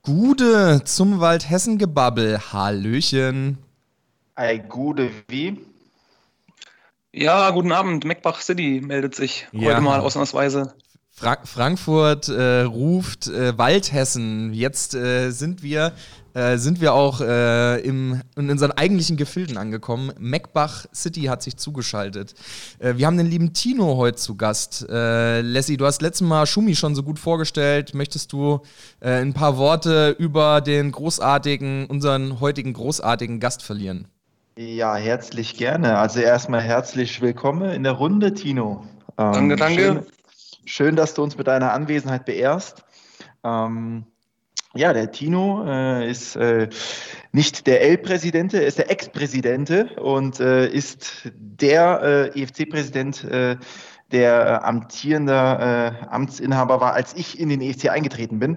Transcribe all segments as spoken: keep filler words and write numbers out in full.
Gude zum Waldhessen-Gebabbel. Hallöchen. Ei, Gude, wie? Ja, guten Abend. Meckbach City meldet sich Ja. heute mal ausnahmsweise. Fra- Frankfurt äh, ruft äh, Waldhessen. Jetzt äh, sind wir äh, sind wir auch äh, im, in unseren eigentlichen Gefilden angekommen. Meckbach City hat sich zugeschaltet. Äh, wir haben den lieben Tino heute zu Gast. Äh, Leslie, du hast letztes Mal Schumi schon so gut vorgestellt. Möchtest du äh, ein paar Worte über den großartigen, unseren heutigen großartigen Gast verlieren? Ja, herzlich gerne. Also erstmal herzlich willkommen in der Runde, Tino. Ähm, Danke, danke. Schön, schön, dass du uns mit deiner Anwesenheit beehrst. Ähm, ja, der Tino äh, ist äh, nicht der El-Präsidente, er ist der Ex-Präsidente und äh, ist der äh, E F C-Präsident, äh, der äh, amtierender äh, Amtsinhaber war, als ich in den E F C eingetreten bin.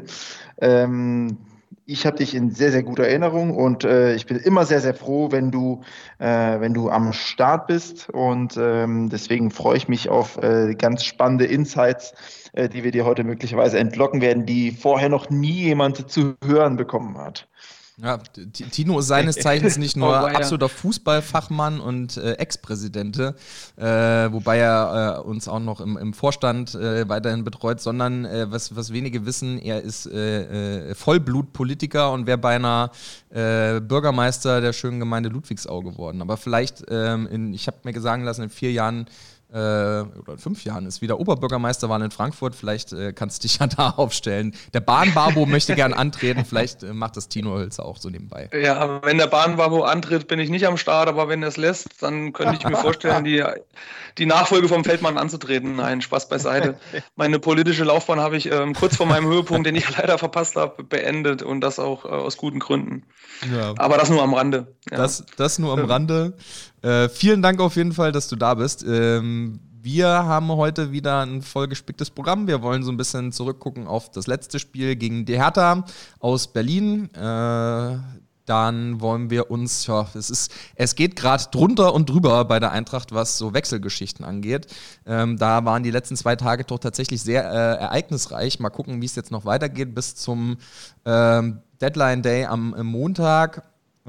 Ähm, Ich habe dich in sehr, sehr guter Erinnerung und äh, ich bin immer sehr, sehr froh, wenn du, äh, wenn du am Start bist und ähm, deswegen freue ich mich auf äh, ganz spannende Insights, äh, die wir dir heute möglicherweise entlocken werden, die vorher noch nie jemand zu hören bekommen hat. Ja, T- Tino ist seines Zeichens nicht nur Oh, weia. absoluter Fußballfachmann und äh, Ex-Präsidente, äh, wobei er äh, uns auch noch im, im Vorstand äh, weiterhin betreut, sondern äh, was, was wenige wissen, er ist äh, äh, Vollblutpolitiker und wäre beinahe äh, Bürgermeister der schönen Gemeinde Ludwigsau geworden. Aber vielleicht, ähm, in, ich habe mir sagen lassen, in vier Jahren äh, oder in fünf Jahren ist wieder Oberbürgermeisterwahl in Frankfurt. Vielleicht äh, kannst du dich ja da aufstellen. Der Bahnbabo möchte gern antreten. Vielleicht äh, macht das Tino Hölzer auch so nebenbei. Ja, wenn der Bahnbabo antritt, bin ich nicht am Start, aber wenn er es lässt, dann könnte ich mir vorstellen, die, die Nachfolge vom Feldmann anzutreten. Nein, Spaß beiseite. Meine politische Laufbahn habe ich ähm, kurz vor meinem Höhepunkt, den ich leider verpasst habe, beendet und das auch äh, aus guten Gründen. Ja. Aber das nur am Rande. Ja. Das, das nur am Rande. Äh, vielen Dank auf jeden Fall, dass du da bist. Ähm, wir haben heute wieder ein vollgespicktes Programm. Wir wollen so ein bisschen zurückgucken auf das letzte Spiel gegen die Hertha aus Berlin. Äh, dann wollen wir uns, ja, es ist, es geht gerade drunter und drüber bei der Eintracht, was so Wechselgeschichten angeht. Ähm, da waren die letzten zwei Tage doch tatsächlich sehr äh, ereignisreich. Mal gucken, wie es jetzt noch weitergeht bis zum ähm, Deadline Day am, am Montag.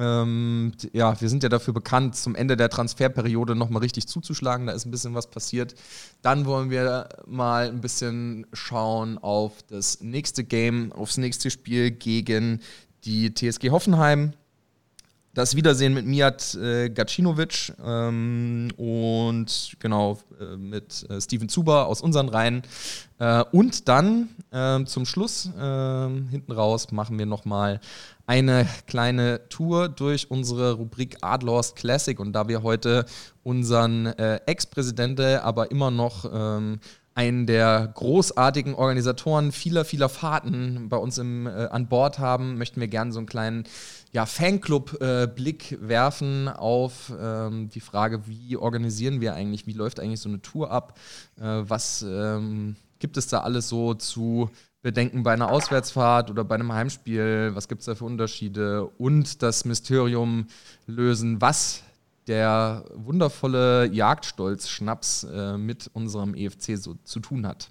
Ähm, ja, wir sind ja dafür bekannt, zum Ende der Transferperiode nochmal richtig zuzuschlagen. Da ist ein bisschen was passiert. Dann wollen wir mal ein bisschen schauen auf das nächste Game, aufs nächste Spiel gegen die T S G Hoffenheim. Das Wiedersehen mit Mijat äh, Gacinovic ähm, und genau äh, mit äh, Steven Zuber aus unseren Reihen. Äh, und dann äh, zum Schluss, äh, hinten raus, machen wir nochmal eine kleine Tour durch unsere Rubrik Adlers Classic. Und da wir heute unseren äh, Ex-Präsidente, aber immer noch ähm, einen der großartigen Organisatoren vieler, vieler Fahrten bei uns im, äh, an Bord haben, möchten wir gerne so einen kleinen ja, Fanclub-Blick äh, werfen auf ähm, die Frage, wie organisieren wir eigentlich, wie läuft eigentlich so eine Tour ab, äh, was ähm, gibt es da alles so zu bedenken bei einer Auswärtsfahrt oder bei einem Heimspiel, was gibt es da für Unterschiede und das Mysterium lösen, was der wundervolle Jagdstolz-Schnaps äh, mit unserem E F C so zu tun hat.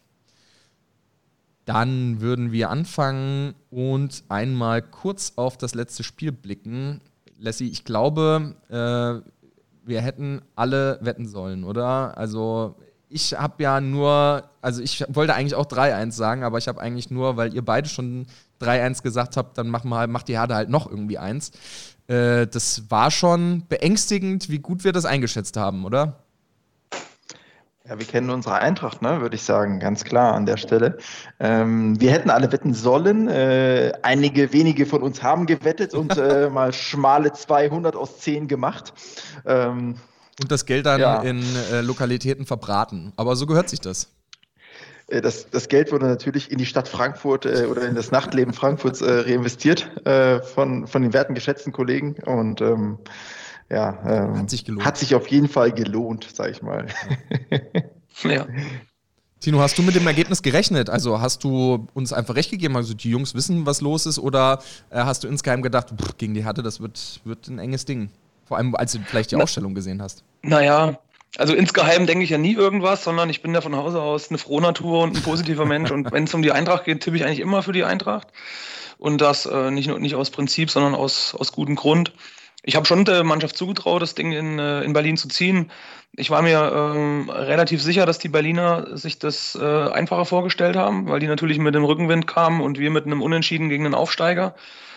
Dann würden wir anfangen und einmal kurz auf das letzte Spiel blicken. Leslie, ich glaube, äh, wir hätten alle wetten sollen, oder? Also ich habe ja nur, also ich wollte eigentlich auch drei eins sagen, aber ich habe eigentlich nur, weil ihr beide schon drei eins gesagt habt, dann machen wir halt, macht die Hertha halt noch irgendwie eins. Äh, das war schon beängstigend, wie gut wir das eingeschätzt haben, oder? Ja, wir kennen unsere Eintracht, ne, würde ich sagen, ganz klar an der Stelle. Ähm, wir hätten alle wetten sollen. Äh, einige wenige von uns haben gewettet und äh, mal schmale zweihundert aus zehn gemacht. Ähm, Und das Geld dann ja. in äh, Lokalitäten verbraten. Aber so gehört sich das. Das, das Geld wurde natürlich in die Stadt Frankfurt äh, oder in das Nachtleben Frankfurts äh, reinvestiert äh, von, von den werten, geschätzten Kollegen. Und ähm, ja, ähm, Hat sich gelohnt. Hat sich auf jeden Fall gelohnt, sag ich mal. Ja. Tino, hast du mit dem Ergebnis gerechnet? Also hast du uns einfach recht gegeben, also die Jungs wissen, was los ist, oder äh, hast du insgeheim gedacht, pff, gegen die Hertha, das wird, wird ein enges Ding? Vor allem, als du vielleicht die Na, Ausstellung gesehen hast. Naja, Also insgeheim denke ich ja nie irgendwas, sondern ich bin ja von Hause aus eine Frohnatur und ein positiver Mensch. Und wenn es um die Eintracht geht, tippe ich eigentlich immer für die Eintracht. Und das äh, nicht nur nicht aus Prinzip, sondern aus, aus gutem Grund. Ich habe schon der Mannschaft zugetraut, das Ding in, äh, in Berlin zu ziehen. Ich war mir ähm, relativ sicher, dass die Berliner sich das äh, einfacher vorgestellt haben, weil die natürlich mit dem Rückenwind kamen und wir mit einem Unentschieden gegen einen Aufsteiger.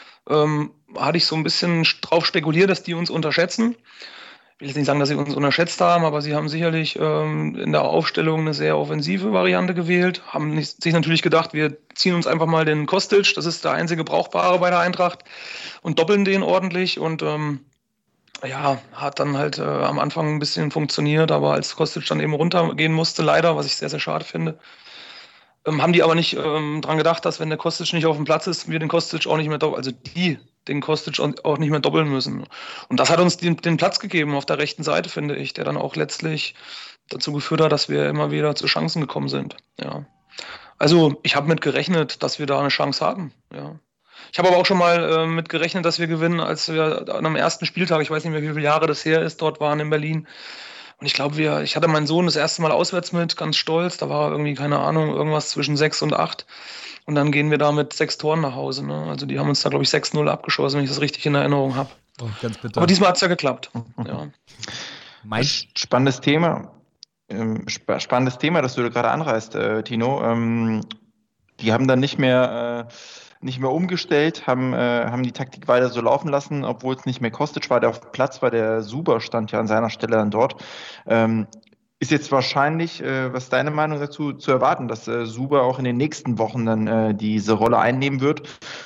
Ähm, hatte ich so ein bisschen drauf spekuliert, dass die uns unterschätzen. Ich will jetzt nicht sagen, dass sie uns unterschätzt haben, aber sie haben sicherlich ähm, in der Aufstellung eine sehr offensive Variante gewählt, haben nicht, sich natürlich gedacht, wir ziehen uns einfach mal den Kostic, das ist der einzige Brauchbare bei der Eintracht, und doppeln den ordentlich und ähm, ja, hat dann halt äh, am Anfang ein bisschen funktioniert, aber als Kostic dann eben runtergehen musste, leider, was ich sehr, sehr schade finde, ähm, haben die aber nicht ähm, dran gedacht, dass wenn der Kostic nicht auf dem Platz ist, wir den Kostic auch nicht mehr doppeln, also die den Kostic auch nicht mehr doppeln müssen. Und das hat uns den, den Platz gegeben auf der rechten Seite, finde ich, der dann auch letztlich dazu geführt hat, dass wir immer wieder zu Chancen gekommen sind. Ja. Also ich habe mit gerechnet, dass wir da eine Chance haben. Ja. Ich habe aber auch schon mal äh, mit gerechnet, dass wir gewinnen, als wir an einem ersten Spieltag, ich weiß nicht mehr, wie viele Jahre das her ist, dort waren in Berlin. Und ich glaube, wir, ich hatte meinen Sohn das erste Mal auswärts mit, ganz stolz. Da war er irgendwie, keine Ahnung, irgendwas zwischen sechs und acht. Und dann gehen wir da mit sechs Toren nach Hause. Ne? Also die haben uns da, glaube ich, sechs null abgeschossen, wenn ich das richtig in Erinnerung habe. Oh, ganz bitter. Aber diesmal hat es ja geklappt. Ja. Mein spannendes Thema. Ähm, sp- spannendes Thema, das du da gerade anreißt, äh, Tino. Ähm, die haben dann nicht mehr... Äh, nicht mehr umgestellt, haben, äh, haben die Taktik weiter so laufen lassen, obwohl es nicht mehr Kostic war, der auf Platz war, der Suber stand ja an seiner Stelle dann dort. Ähm, ist jetzt wahrscheinlich, äh, was ist deine Meinung dazu, zu erwarten, dass äh, Suber auch in den nächsten Wochen dann äh, diese Rolle einnehmen wird?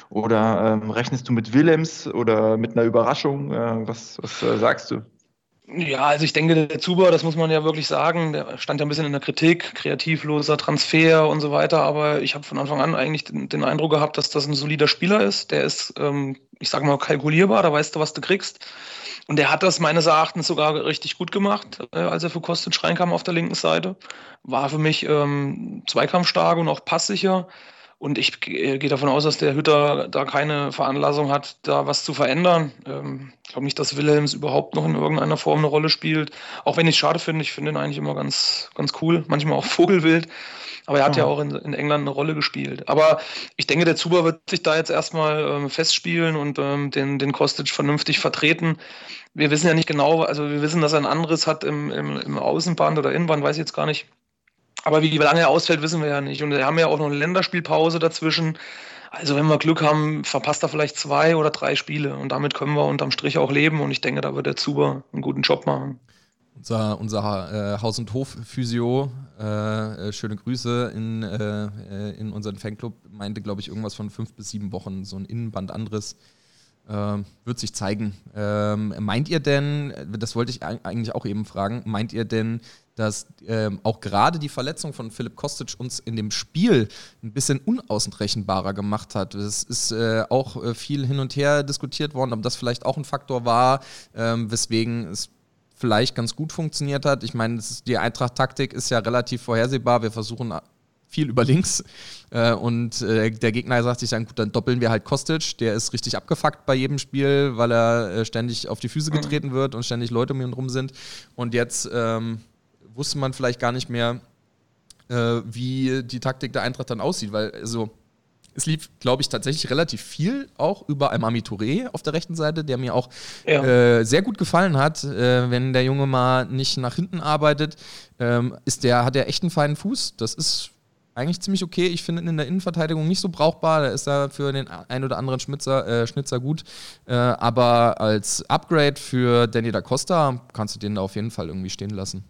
Oder ähm, rechnest du mit Willems oder mit einer Überraschung? Äh, was was äh, sagst du? Ja, also ich denke, der Zuber, das muss man ja wirklich sagen, der stand ja ein bisschen in der Kritik, kreativloser Transfer und so weiter, aber ich habe von Anfang an eigentlich den, den Eindruck gehabt, dass das ein solider Spieler ist. Der ist, ähm, ich sage mal, kalkulierbar, da weißt du, was du kriegst. Und der hat das meines Erachtens sogar richtig gut gemacht, äh, als er für Kostic reinkam auf der linken Seite. War für mich ähm, zweikampfstark und auch passsicher. Und ich gehe davon aus, dass der Hütter da keine Veranlassung hat, da was zu verändern. Ähm, ich glaube nicht, dass Willems überhaupt noch in irgendeiner Form eine Rolle spielt. Auch wenn ich es schade finde, ich finde ihn eigentlich immer ganz, ganz cool, manchmal auch vogelwild. Aber er hat ja, ja auch in, in England eine Rolle gespielt. Aber ich denke, der Zuber wird sich da jetzt erstmal ähm, festspielen und ähm, den, den Kostic vernünftig vertreten. Wir wissen ja nicht genau, also wir wissen, dass er ein anderes hat im, im, im Außenband oder Innenband, weiß ich jetzt gar nicht. Aber wie lange er ausfällt, wissen wir ja nicht. Und wir haben ja auch noch eine Länderspielpause dazwischen. Also wenn wir Glück haben, verpasst er vielleicht zwei oder drei Spiele. Und damit können wir unterm Strich auch leben. Und ich denke, da wird der Zuber einen guten Job machen. Unser, unser äh, Haus- und Hof-Physio, äh, äh, schöne Grüße in, äh, in unseren Fanclub, meinte, glaube ich, irgendwas von fünf bis sieben Wochen, so ein Innenbandanriss. Ähm, wird sich zeigen. Ähm, meint ihr denn, das wollte ich eigentlich auch eben fragen, meint ihr denn, dass ähm, auch gerade die Verletzung von Filip Kostic uns in dem Spiel ein bisschen unausrechenbarer gemacht hat? Es ist äh, auch äh, viel hin und her diskutiert worden, ob das vielleicht auch ein Faktor war, ähm, weswegen es vielleicht ganz gut funktioniert hat. Ich meine, die Eintracht-Taktik ist ja relativ vorhersehbar. Wir versuchen viel über links äh, und äh, der Gegner sagt sich dann, gut, dann doppeln wir halt Kostic, der ist richtig abgefuckt bei jedem Spiel, weil er äh, ständig auf die Füße getreten wird und ständig Leute um ihn rum sind und jetzt ähm, wusste man vielleicht gar nicht mehr, äh, wie die Taktik der Eintracht dann aussieht, weil also es lief, glaube ich, tatsächlich relativ viel auch über Aimami Touré auf der rechten Seite, der mir auch ja. äh, sehr gut gefallen hat. Äh, wenn der Junge mal nicht nach hinten arbeitet, ähm, ist der, hat er echt einen feinen Fuß. Das ist eigentlich ziemlich okay. Ich finde ihn in der Innenverteidigung nicht so brauchbar. Da ist er für den ein oder anderen Schnitzer, äh, Schnitzer gut. Äh, aber als Upgrade für Danny da Costa kannst du den da auf jeden Fall irgendwie stehen lassen.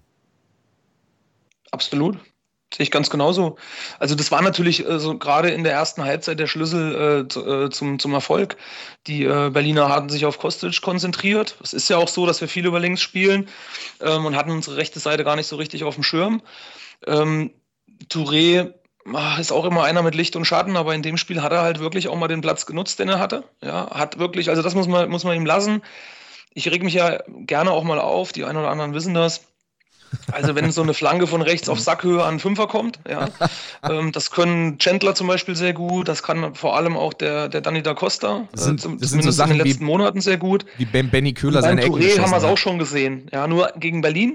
Absolut. Sehe ich ganz genauso. Also das war natürlich äh, so gerade in der ersten Halbzeit der Schlüssel äh, zu, äh, zum, zum Erfolg. Die äh, Berliner hatten sich auf Kostic konzentriert. Es ist ja auch so, dass wir viel über links spielen ähm, und hatten unsere rechte Seite gar nicht so richtig auf dem Schirm. Ähm, Touré ach, ist auch immer einer mit Licht und Schatten, aber in dem Spiel hat er halt wirklich auch mal den Platz genutzt, den er hatte. Ja, hat wirklich, also das muss man, muss man ihm lassen. Ich reg mich ja gerne auch mal auf, die einen oder anderen wissen das. Also wenn so eine Flanke von rechts auf Sackhöhe an Fünfer kommt, ja, ähm, das können Chandler zum Beispiel sehr gut, das kann vor allem auch der, der Danny da Costa, das sind, äh, zum, das sind so Sachen in den letzten wie, Monaten sehr gut. Wie Ben, Benny Köhler seine Ecken geschossen. Touré haben wir es hat. auch schon gesehen, ja, nur gegen Berlin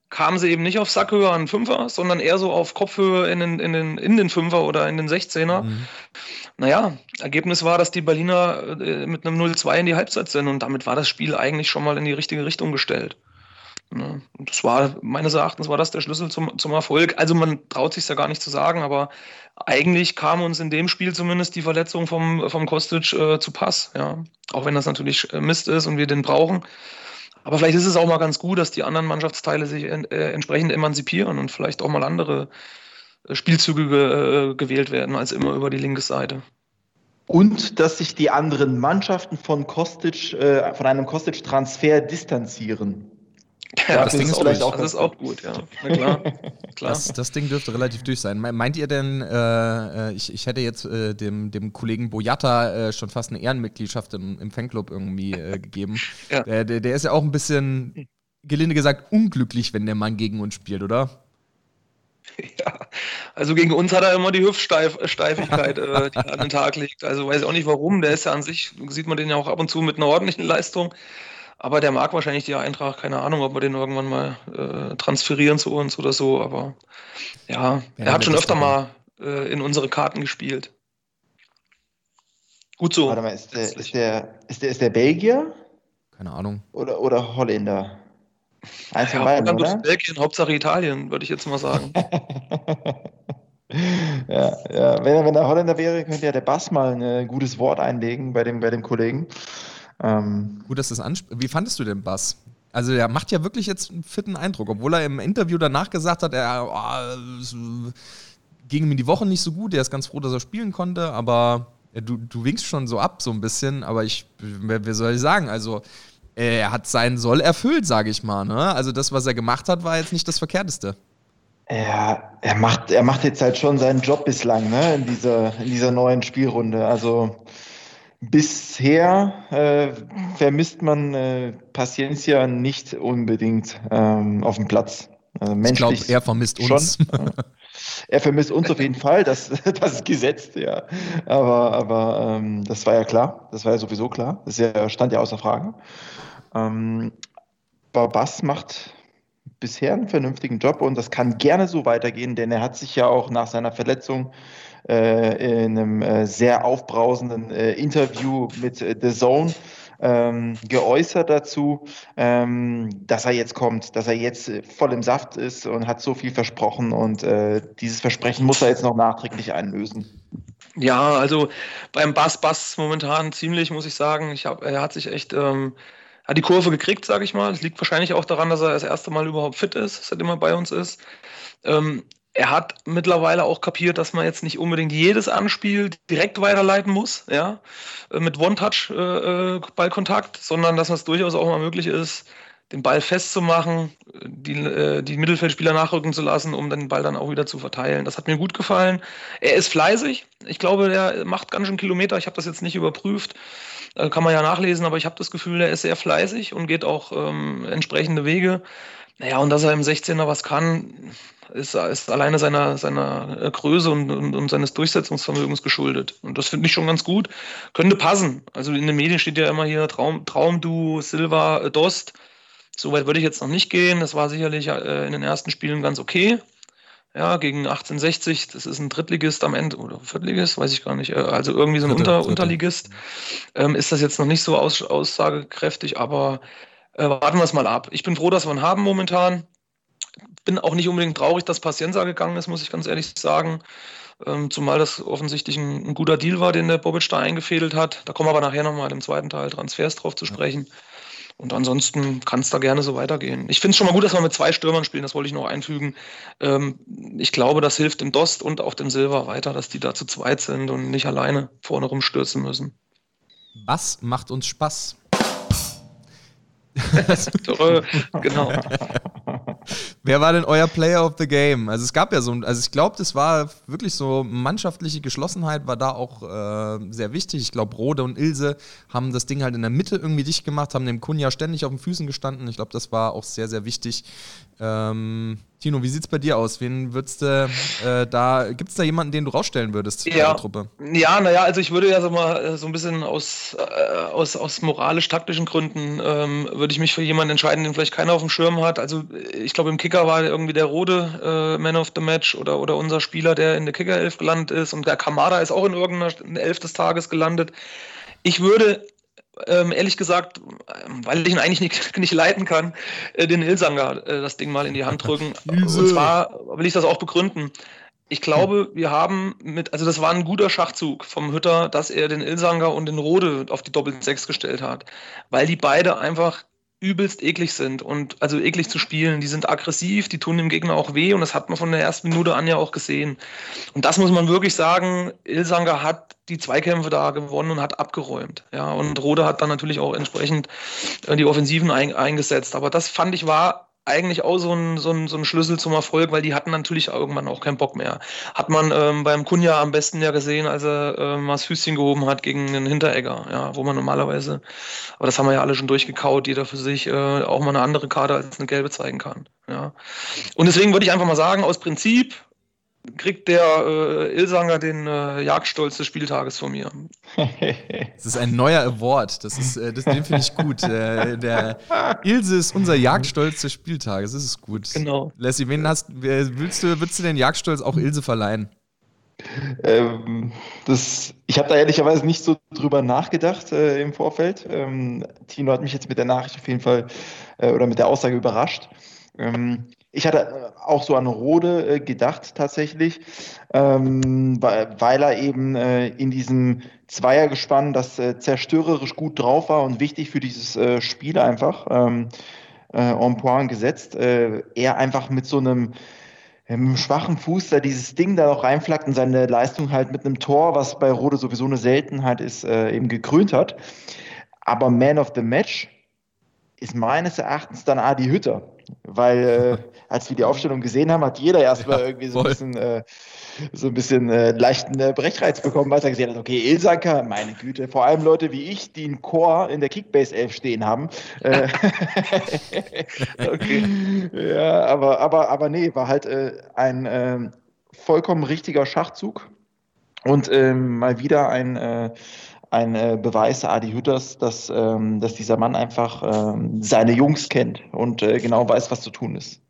kamen sie eben nicht auf Sackhöhe an Fünfer, sondern eher so auf Kopfhöhe in den, in den, in den Fünfer oder in den sechzehner. Mhm. Naja, Ergebnis war, dass die Berliner äh, mit einem null zwei in die Halbzeit sind und damit war das Spiel eigentlich schon mal in die richtige Richtung gestellt. Ja, und das war, meines Erachtens war das der Schlüssel zum, zum Erfolg. Also man traut sich ja gar nicht zu sagen, aber eigentlich kam uns in dem Spiel zumindest die Verletzung vom, vom Kostic äh, zu Pass. Ja. Auch wenn das natürlich äh, Mist ist und wir den brauchen. Aber vielleicht ist es auch mal ganz gut, dass die anderen Mannschaftsteile sich äh, entsprechend emanzipieren und vielleicht auch mal andere äh, Spielzüge ge, äh, gewählt werden, als immer über die linke Seite. Und dass sich die anderen Mannschaften von Kostic, äh, von einem Kostic-Transfer distanzieren. Ja, das, das, Ding ist vielleicht auch, das ist auch gut, ja. Na klar, klar. Das, das Ding dürfte relativ durch sein. Meint ihr denn, äh, ich, ich hätte jetzt äh, dem, dem Kollegen Boyata äh, schon fast eine Ehrenmitgliedschaft im, im Fanclub irgendwie äh, gegeben. Ja. Der, der, der ist ja auch ein bisschen, gelinde gesagt, unglücklich, wenn der Mann gegen uns spielt, oder? Ja, also gegen uns hat er immer die Hüftsteifigkeit, äh, die er an den Tag legt. Also weiß ich auch nicht warum. Der ist ja an sich, sieht man den ja auch ab und zu mit einer ordentlichen Leistung. Aber der mag wahrscheinlich die Eintracht, keine Ahnung, ob wir den irgendwann mal äh, transferieren zu uns oder so. Aber ja, ja er hat schon öfter mal äh, in unsere Karten gespielt. Gut so. Warte mal, ist der, ist der, ist der, ist der Belgier? Keine Ahnung. Oder, oder Holländer? Eins von beiden, oder? Belgien, Hauptsache Italien, würde ich jetzt mal sagen. ja, ja. Wenn, wenn er Holländer wäre, könnte ja der Bass mal ein gutes Wort einlegen bei dem, bei dem Kollegen. Ähm. Gut, dass das anspricht. Wie fandest du den Bass? Also er macht ja wirklich jetzt einen fitten Eindruck, obwohl er im Interview danach gesagt hat, er oh, ging ihm in die Woche nicht so gut, er ist ganz froh, dass er spielen konnte, aber ja, du, du winkst schon so ab so ein bisschen, aber ich, wer soll ich sagen, also er hat seinen Soll erfüllt, sage ich mal, ne? Also das, was er gemacht hat, war jetzt nicht das Verkehrteste. Ja, er macht, er macht jetzt halt schon seinen Job bislang, ne, in dieser, in dieser neuen Spielrunde, also bisher äh, vermisst man äh, Paciencia nicht unbedingt ähm, auf dem Platz. Also menschlich ich glaube, er vermisst uns. Schon. Er vermisst uns auf jeden Fall, das, das ist gesetzt, ja. Aber, aber ähm, das war ja klar, das war ja sowieso klar. Das ja, stand ja außer Frage. Ähm, Bass macht bisher einen vernünftigen Job und das kann gerne so weitergehen, denn er hat sich ja auch nach seiner Verletzung äh, in einem äh, sehr aufbrausenden äh, Interview mit äh, The Zone ähm, geäußert dazu, ähm, dass er jetzt kommt, dass er jetzt äh, voll im Saft ist und hat so viel versprochen und äh, dieses Versprechen muss er jetzt noch nachträglich einlösen. Ja, also beim Bass Bass momentan ziemlich, muss ich sagen. Ich hab, er hat sich echt ähm, hat die Kurve gekriegt, sage ich mal. Das liegt wahrscheinlich auch daran, dass er das erste Mal überhaupt fit ist, seitdem er bei uns ist. Ähm, er hat mittlerweile auch kapiert, dass man jetzt nicht unbedingt jedes Anspiel direkt weiterleiten muss, ja, mit One-Touch-Ballkontakt, äh, sondern dass es durchaus auch mal möglich ist, den Ball festzumachen, die, äh, die Mittelfeldspieler nachrücken zu lassen, um den Ball dann auch wieder zu verteilen. Das hat mir gut gefallen. Er ist fleißig. Ich glaube, der macht ganz schön Kilometer. Ich habe das jetzt nicht überprüft. Äh, kann man ja nachlesen, aber ich habe das Gefühl, er ist sehr fleißig und geht auch ähm, entsprechende Wege. Naja, und dass er im sechzehner was kann, ist, ist alleine seiner, seiner Größe und, und, und seines Durchsetzungsvermögens geschuldet. Und das finde ich schon ganz gut. Könnte passen. Also in den Medien steht ja immer hier Traum, Traumduo, Silva, Dost. So weit würde ich jetzt noch nicht gehen. Das war sicherlich äh, in den ersten Spielen ganz okay. Ja, gegen achtzehnhundertsechzig, das ist ein Drittligist am Ende, oder Viertligist, weiß ich gar nicht. Also irgendwie so ein Dritte, Unter, Dritte. Unterligist. Ähm, ist das jetzt noch nicht so aus, aussagekräftig, aber äh, warten wir es mal ab. Ich bin froh, dass wir ihn haben momentan. Bin auch nicht unbedingt traurig, dass Paciencia gegangen ist, muss ich ganz ehrlich sagen. Ähm, zumal das offensichtlich ein, ein guter Deal war, den der Bobic da eingefädelt hat. Da kommen wir aber nachher nochmal im zweiten Teil Transfers drauf zu sprechen. Ja. Und ansonsten kann es da gerne so weitergehen. Ich finde es schon mal gut, dass wir mit zwei Stürmern spielen, das wollte ich noch einfügen. Ähm, ich glaube, das hilft dem Dost und auch dem Silva weiter, dass die da zu zweit sind und nicht alleine vorne rumstürzen müssen. Was macht uns Spaß? Genau. Wer war denn euer Player of the Game? Also es gab ja so, also ich glaube, das war wirklich so, mannschaftliche Geschlossenheit war da auch äh, sehr wichtig. Ich glaube, Rode und Ilse haben das Ding halt in der Mitte irgendwie dicht gemacht, haben dem Kunja ständig auf den Füßen gestanden. Ich glaube, das war auch sehr, sehr wichtig. Ähm, Tino, wie sieht's bei dir aus? Wen würdest du äh, da, gibt's da jemanden, den du rausstellen würdest in ja. der Truppe? Ja, naja, also ich würde ja so mal so ein bisschen aus, äh, aus, aus moralisch-taktischen Gründen ähm, würde ich mich für jemanden entscheiden, den vielleicht keiner auf dem Schirm hat. Also ich glaube, im Kicker war irgendwie der Rode äh, Man of the Match oder, oder unser Spieler, der in der Kicker-Elf gelandet ist, und der Kamada ist auch in irgendeiner Elf des Tages gelandet. Ich würde Ähm, ehrlich gesagt, weil ich ihn eigentlich nicht, nicht leiten kann, äh, den Ilsangar äh, das Ding mal in die Hand drücken. Und zwar will ich das auch begründen. Ich glaube, wir haben mit, also das war ein guter Schachzug vom Hütter, dass er den Ilsangar und den Rode auf die Doppel-Sechs gestellt hat, weil die beide einfach übelst eklig sind und also eklig zu spielen. Die sind aggressiv, die tun dem Gegner auch weh, und das hat man von der ersten Minute an ja auch gesehen. Und das muss man wirklich sagen, Ilsangar hat die Zweikämpfe da gewonnen und hat abgeräumt. Ja, und Rode hat dann natürlich auch entsprechend die Offensiven ein, eingesetzt. Aber das fand ich war eigentlich auch so ein, so, ein, so ein Schlüssel zum Erfolg, weil die hatten natürlich irgendwann auch keinen Bock mehr. Hat man ähm, beim Kunja am besten ja gesehen, als er äh, mal das Füßchen gehoben hat gegen den Hinteregger, ja, wo man normalerweise, aber das haben wir ja alle schon durchgekaut, jeder für sich äh, auch mal eine andere Karte als eine gelbe zeigen kann. Ja. Und deswegen würde ich einfach mal sagen, aus Prinzip kriegt der äh, Ilsangar den äh, Jagdstolz des Spieltages von mir. Das ist ein neuer Award. Das ist, äh, das, den finde ich gut. Äh, der Ilse ist unser Jagdstolz des Spieltages. Das ist gut. Genau. Lassie, wen hast, willst du, willst du den Jagdstolz auch Ilse verleihen? Ähm, das, ich habe da ehrlicherweise nicht so drüber nachgedacht äh, im Vorfeld. Ähm, Tino hat mich jetzt mit der Nachricht auf jeden Fall äh, oder mit der Aussage überrascht. Ähm, Ich hatte auch so an Rode äh, gedacht tatsächlich, ähm, weil, weil er eben äh, in diesem Zweiergespann, das äh, zerstörerisch gut drauf war und wichtig für dieses äh, Spiel einfach, ähm, äh, en point gesetzt, äh, er einfach mit so einem ähm, schwachen Fuß da dieses Ding da noch reinflackt und seine Leistung halt mit einem Tor, was bei Rode sowieso eine Seltenheit ist, äh, eben gekrönt hat. Aber Man of the Match ist meines Erachtens dann Adi Hütter. Weil äh, als wir die Aufstellung gesehen haben, hat jeder erstmal ja, irgendwie so ein bisschen, äh, so ein bisschen äh, leichten äh, Brechreiz bekommen, als er gesehen hat, okay, Ilsangar, meine Güte, vor allem Leute wie ich, die einen Chor in der Kickbase elf stehen haben. Äh, okay. Ja, aber, aber, aber nee, war halt äh, ein äh, vollkommen richtiger Schachzug und äh, mal wieder ein äh, ein äh, Beweis Adi Hütters, dass, ähm, dass dieser Mann einfach ähm, seine Jungs kennt und äh, genau weiß, was zu tun ist.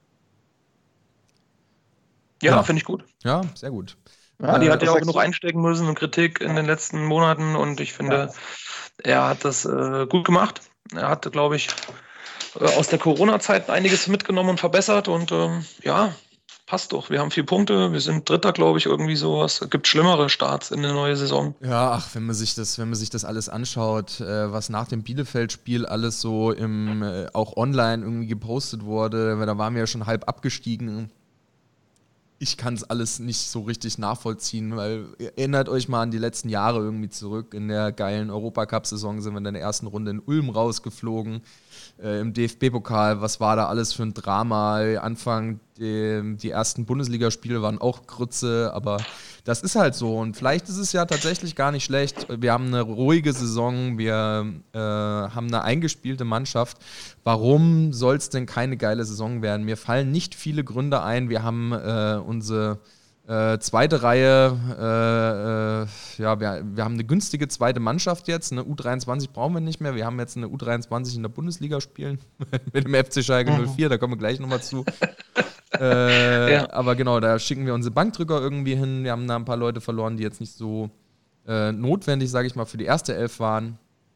Ja, ja. Finde ich gut. Ja, sehr gut. Ja, Adi äh, hat ja auch genug einstecken müssen und Kritik in den letzten Monaten, und ich finde, ja. er hat das äh, gut gemacht. Er hat, glaube ich, äh, aus der Corona-Zeit einiges mitgenommen und verbessert, und ähm, ja, passt doch. Wir haben vier Punkte, wir sind Dritter, glaube ich, irgendwie sowas. Es gibt schlimmere Starts in der neuen Saison. Ja, ach, wenn man sich das, wenn man sich das alles anschaut, äh, was nach dem Bielefeld-Spiel alles so im, äh, auch online irgendwie gepostet wurde, da waren wir ja schon halb abgestiegen. Ich kann es alles nicht so richtig nachvollziehen, weil erinnert euch mal an die letzten Jahre irgendwie zurück. In der geilen Europacup-Saison sind wir in der ersten Runde in Ulm rausgeflogen. Äh, Im D F B-Pokal, was war da alles für ein Drama? Anfang, die, die ersten Bundesligaspiele waren auch Grütze, aber das ist halt so. Und vielleicht ist es ja tatsächlich gar nicht schlecht. Wir haben eine ruhige Saison, wir äh, haben eine eingespielte Mannschaft. Warum soll es denn keine geile Saison werden? Mir fallen nicht viele Gründe ein. Wir haben äh, unsere äh, zweite Reihe, äh, äh, ja, wir, wir haben eine günstige zweite Mannschaft jetzt. Eine U dreiundzwanzig brauchen wir nicht mehr. Wir haben jetzt eine U dreiundzwanzig in der Bundesliga spielen mit dem F C Schalke null vier, da kommen wir gleich nochmal zu. äh, ja. Aber genau, da schicken wir unsere Bankdrücker irgendwie hin. Wir haben da ein paar Leute verloren, die jetzt nicht so äh, notwendig, sage ich mal, für die erste Elf waren.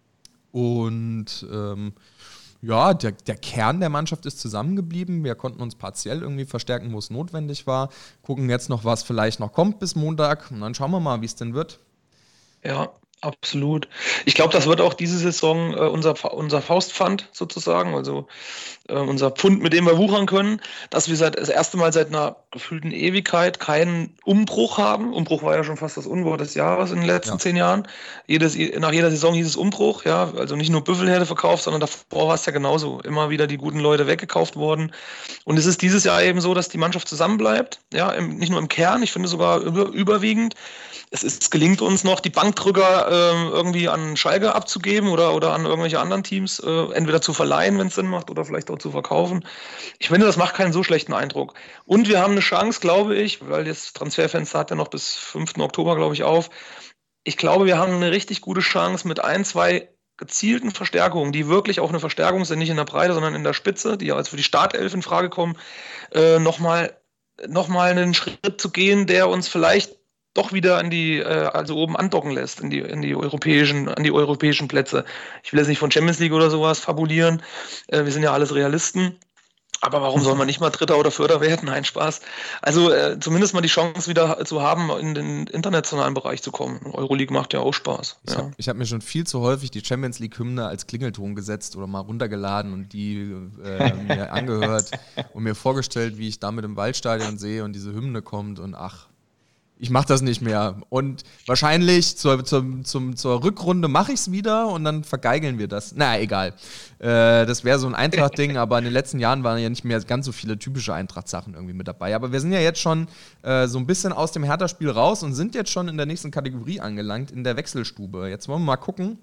Und ähm, ja, der, der Kern der Mannschaft ist zusammengeblieben. Wir konnten uns partiell irgendwie verstärken, wo es notwendig war. Gucken jetzt noch, was vielleicht noch kommt bis Montag. Und dann schauen wir mal, wie es denn wird. Ja, absolut. Ich glaube, das wird auch diese Saison äh, unser, unser Faustpfand sozusagen, also äh, unser Pfund, mit dem wir wuchern können, dass wir seit, das erste Mal seit einer gefühlten Ewigkeit keinen Umbruch haben. Umbruch war ja schon fast das Unwort des Jahres in den letzten ja. zehn Jahren. Jedes, nach jeder Saison hieß es Umbruch, ja, also nicht nur Büffelherde verkauft, sondern davor war es ja genauso. Immer wieder die guten Leute weggekauft worden. Und es ist dieses Jahr eben so, dass die Mannschaft zusammenbleibt, ja, im, nicht nur im Kern, ich finde sogar über, überwiegend. es ist, gelingt uns noch, die Bankdrücker äh, irgendwie an Schalke abzugeben oder, oder an irgendwelche anderen Teams, äh, entweder zu verleihen, wenn es Sinn macht, oder vielleicht auch zu verkaufen. Ich finde, das macht keinen so schlechten Eindruck. Und wir haben eine Chance, glaube ich, weil das Transferfenster hat ja noch bis fünften Oktober, glaube ich, auf. Ich glaube, wir haben eine richtig gute Chance mit ein, zwei gezielten Verstärkungen, die wirklich auch eine Verstärkung sind, nicht in der Breite, sondern in der Spitze, die als für die Startelf in Frage kommen, äh, nochmal noch mal einen Schritt zu gehen, der uns vielleicht doch wieder an die, äh, also oben andocken lässt, in die, in die europäischen, an die europäischen Plätze. Ich will jetzt nicht von Champions League oder sowas fabulieren. Äh, wir sind ja alles Realisten. Aber warum soll man nicht mal Dritter oder Vierter werden? Nein, Spaß. Also äh, zumindest mal die Chance wieder zu haben, in den internationalen Bereich zu kommen. Euroleague macht ja auch Spaß. Ich ja. habe hab mir schon viel zu häufig die Champions League-Hymne als Klingelton gesetzt oder mal runtergeladen und die äh, mir angehört und mir vorgestellt, wie ich damit im Waldstadion sehe und diese Hymne kommt und ach, ich mache das nicht mehr. Und wahrscheinlich zur, zur, zum, zur Rückrunde mache ich es wieder und dann vergeigeln wir das. Na, egal. Äh, das wäre so ein Eintracht-Ding, aber in den letzten Jahren waren ja nicht mehr ganz so viele typische Eintracht-Sachen irgendwie mit dabei. Aber wir sind ja jetzt schon äh, so ein bisschen aus dem Hertha-Spiel raus und sind jetzt schon in der nächsten Kategorie angelangt, in der Wechselstube. Jetzt wollen wir mal gucken,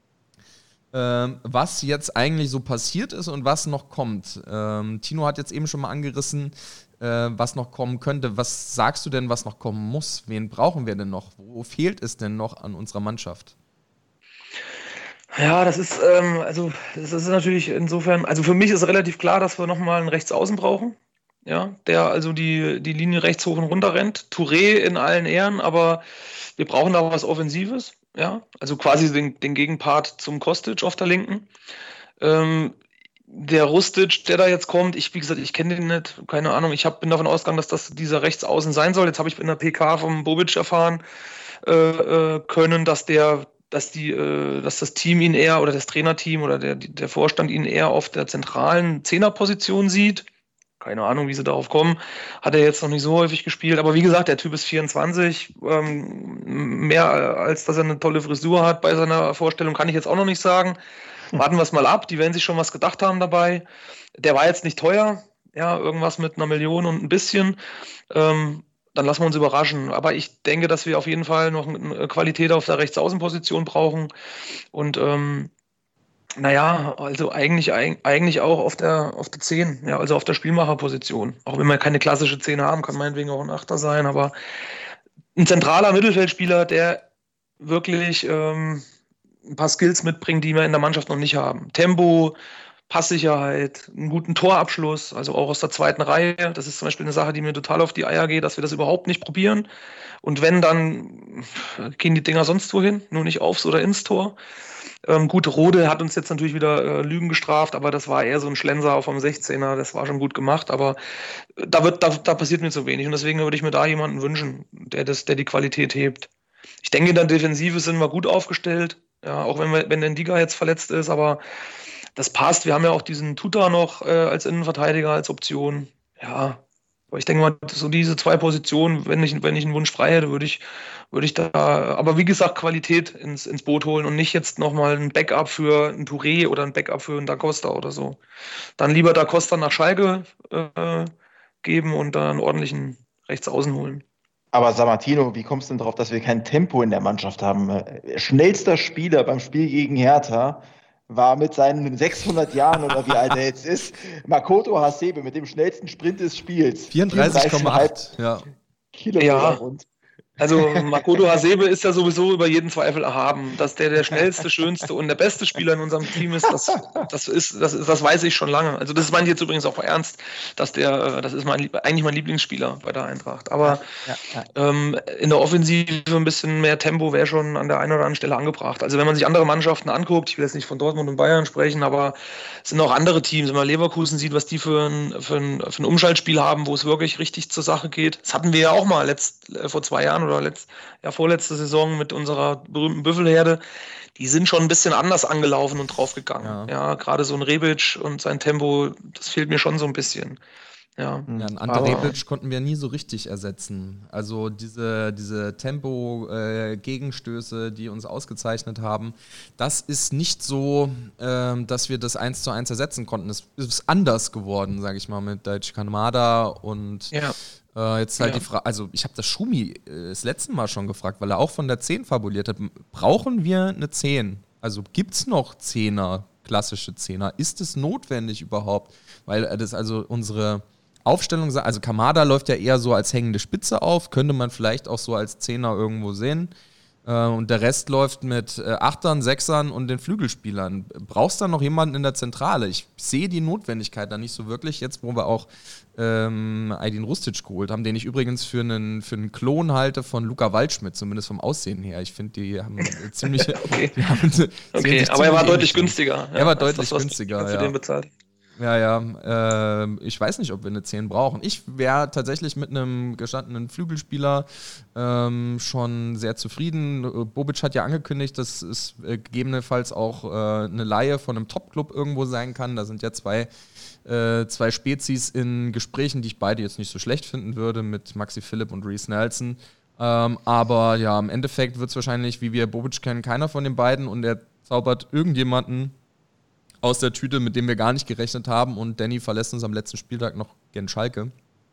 ähm, was jetzt eigentlich so passiert ist und was noch kommt. Ähm, Tino hat jetzt eben schon mal angerissen, was noch kommen könnte. Was sagst du denn, was noch kommen muss? Wen brauchen wir denn noch? Wo fehlt es denn noch an unserer Mannschaft? Ja, das ist, ähm, also, das ist natürlich insofern, also für mich ist relativ klar, dass wir nochmal einen Rechtsaußen brauchen, ja, der also die, die Linie rechts hoch und runter rennt. Touré in allen Ehren, aber wir brauchen da was Offensives, ja, also quasi den, den Gegenpart zum Kostic auf der Linken. Ähm, Der Rustic, der da jetzt kommt, ich, wie gesagt, ich kenne den nicht, keine Ahnung, ich hab, bin davon ausgegangen, dass das dieser Rechtsaußen sein soll. Jetzt habe ich in der P K vom Bobic erfahren äh, äh, können, dass der, dass die, äh, dass das Team ihn eher oder das Trainerteam oder der, der Vorstand ihn eher auf der zentralen Zehnerposition sieht. Keine Ahnung, wie sie darauf kommen. Hat er jetzt noch nicht so häufig gespielt. Aber wie gesagt, der Typ ist vierundzwanzig. Ähm, mehr als dass er eine tolle Frisur hat bei seiner Vorstellung, kann ich jetzt auch noch nicht sagen. Warten wir es mal ab, die werden sich schon was gedacht haben dabei. Der war jetzt nicht teuer, ja, irgendwas mit einer Million und ein bisschen. Ähm, dann lassen wir uns überraschen. Aber ich denke, dass wir auf jeden Fall noch eine Qualität auf der Rechtsaußenposition brauchen. Und ähm, naja, also eigentlich, eigentlich auch auf der, auf der zehn, ja, also auf der Spielmacherposition. Auch wenn wir keine klassische zehn haben, kann meinetwegen auch ein Achter sein, aber ein zentraler Mittelfeldspieler, der wirklich ähm, ein paar Skills mitbringen, die wir in der Mannschaft noch nicht haben. Tempo, Passsicherheit, einen guten Torabschluss, also auch aus der zweiten Reihe. Das ist zum Beispiel eine Sache, die mir total auf die Eier geht, dass wir das überhaupt nicht probieren. Und wenn, dann gehen die Dinger sonst wohin, nur nicht aufs oder ins Tor. Ähm, gut, Rode hat uns jetzt natürlich wieder äh, Lügen gestraft, aber das war eher so ein Schlenser auf dem sechzehner, das war schon gut gemacht, aber da, wird, da, da passiert mir zu wenig und deswegen würde ich mir da jemanden wünschen, der, das, der die Qualität hebt. Ich denke, in der Defensive sind wir gut aufgestellt, ja, auch wenn, wir, wenn der Ndiga jetzt verletzt ist, aber das passt. Wir haben ja auch diesen Tuta noch äh, als Innenverteidiger, als Option. Ja, aber ich denke mal, so diese zwei Positionen, wenn ich, wenn ich einen Wunsch frei hätte, würde ich, würde ich da, aber wie gesagt, Qualität ins, ins Boot holen und nicht jetzt nochmal ein Backup für einen Touré oder ein Backup für einen Da Costa oder so. Dann lieber Da Costa nach Schalke äh, geben und dann einen ordentlichen Rechtsaußen holen. Aber Sammartino, wie kommst du denn darauf, dass wir kein Tempo in der Mannschaft haben? Schnellster Spieler beim Spiel gegen Hertha war mit seinen sechshundert Jahren oder wie alt er jetzt ist, Makoto Hasebe mit dem schnellsten Sprint des Spiels. vierunddreißig Komma acht ja. Kilometer ja. rund. Also Makoto Hasebe ist ja sowieso über jeden Zweifel erhaben. Dass der der schnellste, schönste und der beste Spieler in unserem Team ist, das, das, ist, das, ist, das weiß ich schon lange. Also das meine ich jetzt übrigens auch ernst, dass der, das ist mein, eigentlich mein Lieblingsspieler bei der Eintracht. Aber ja, ja, ja. Ähm, in der Offensive ein bisschen mehr Tempo wäre schon an der einen oder anderen Stelle angebracht. Also wenn man sich andere Mannschaften anguckt, ich will jetzt nicht von Dortmund und Bayern sprechen, aber es sind auch andere Teams. Wenn man Leverkusen sieht, was die für ein, für ein, für ein Umschaltspiel haben, wo es wirklich richtig zur Sache geht. Das hatten wir ja auch mal letzt, äh, vor zwei Jahren oder letzt, ja, vorletzte Saison mit unserer berühmten Büffelherde, die sind schon ein bisschen anders angelaufen und draufgegangen. Ja, ja, gerade so ein Rebic und sein Tempo, das fehlt mir schon so ein bisschen. Ja, ja, einen Ante Rebic konnten wir nie so richtig ersetzen. Also diese, diese Tempo-Gegenstöße, äh, die uns ausgezeichnet haben, das ist nicht so, äh, dass wir das eins zu eins ersetzen konnten. Es ist anders geworden, sage ich mal, mit Daichi Kamada und ja. Äh, jetzt halt Ja. die Frage, also ich habe das Schumi äh, das letzte Mal schon gefragt, weil er auch von der zehn fabuliert hat. Brauchen wir eine zehn? Also gibt es noch Zehner, klassische Zehner? Ist es notwendig überhaupt? Weil äh, das also unsere Aufstellung, also Kamada läuft ja eher so als hängende Spitze auf, könnte man vielleicht auch so als Zehner irgendwo sehen. Äh, und der Rest läuft mit äh, Achtern, Sechsern und den Flügelspielern. Brauchst du da noch jemanden in der Zentrale? Ich sehe die Notwendigkeit da nicht so wirklich, jetzt wo wir auch ähm, Aydin Rustic geholt haben, den ich übrigens für einen, für einen Klon halte von Luca Waldschmidt, zumindest vom Aussehen her. Ich finde, die haben eine ziemliche... Okay, die haben, sehen okay. sich aber er war ziemlich deutlich ähnlich. günstiger. Er war als deutlich das, was günstiger, für ja. den bezahlt. Ja, ja. Äh, ich weiß nicht, ob wir eine zehn brauchen. Ich wäre tatsächlich mit einem gestandenen Flügelspieler ähm, schon sehr zufrieden. Bobic hat ja angekündigt, dass es äh, gegebenenfalls auch äh, eine Leihe von einem Top-Club irgendwo sein kann. Da sind ja zwei, äh, zwei Spezies in Gesprächen, die ich beide jetzt nicht so schlecht finden würde, mit Maxi Philipp und Reece Nelson. Ähm, aber ja, im Endeffekt wird es wahrscheinlich, wie wir Bobic kennen, keiner von den beiden und er zaubert irgendjemanden aus der Tüte, mit dem wir gar nicht gerechnet haben und Danny verlässt uns am letzten Spieltag noch gegen Schalke.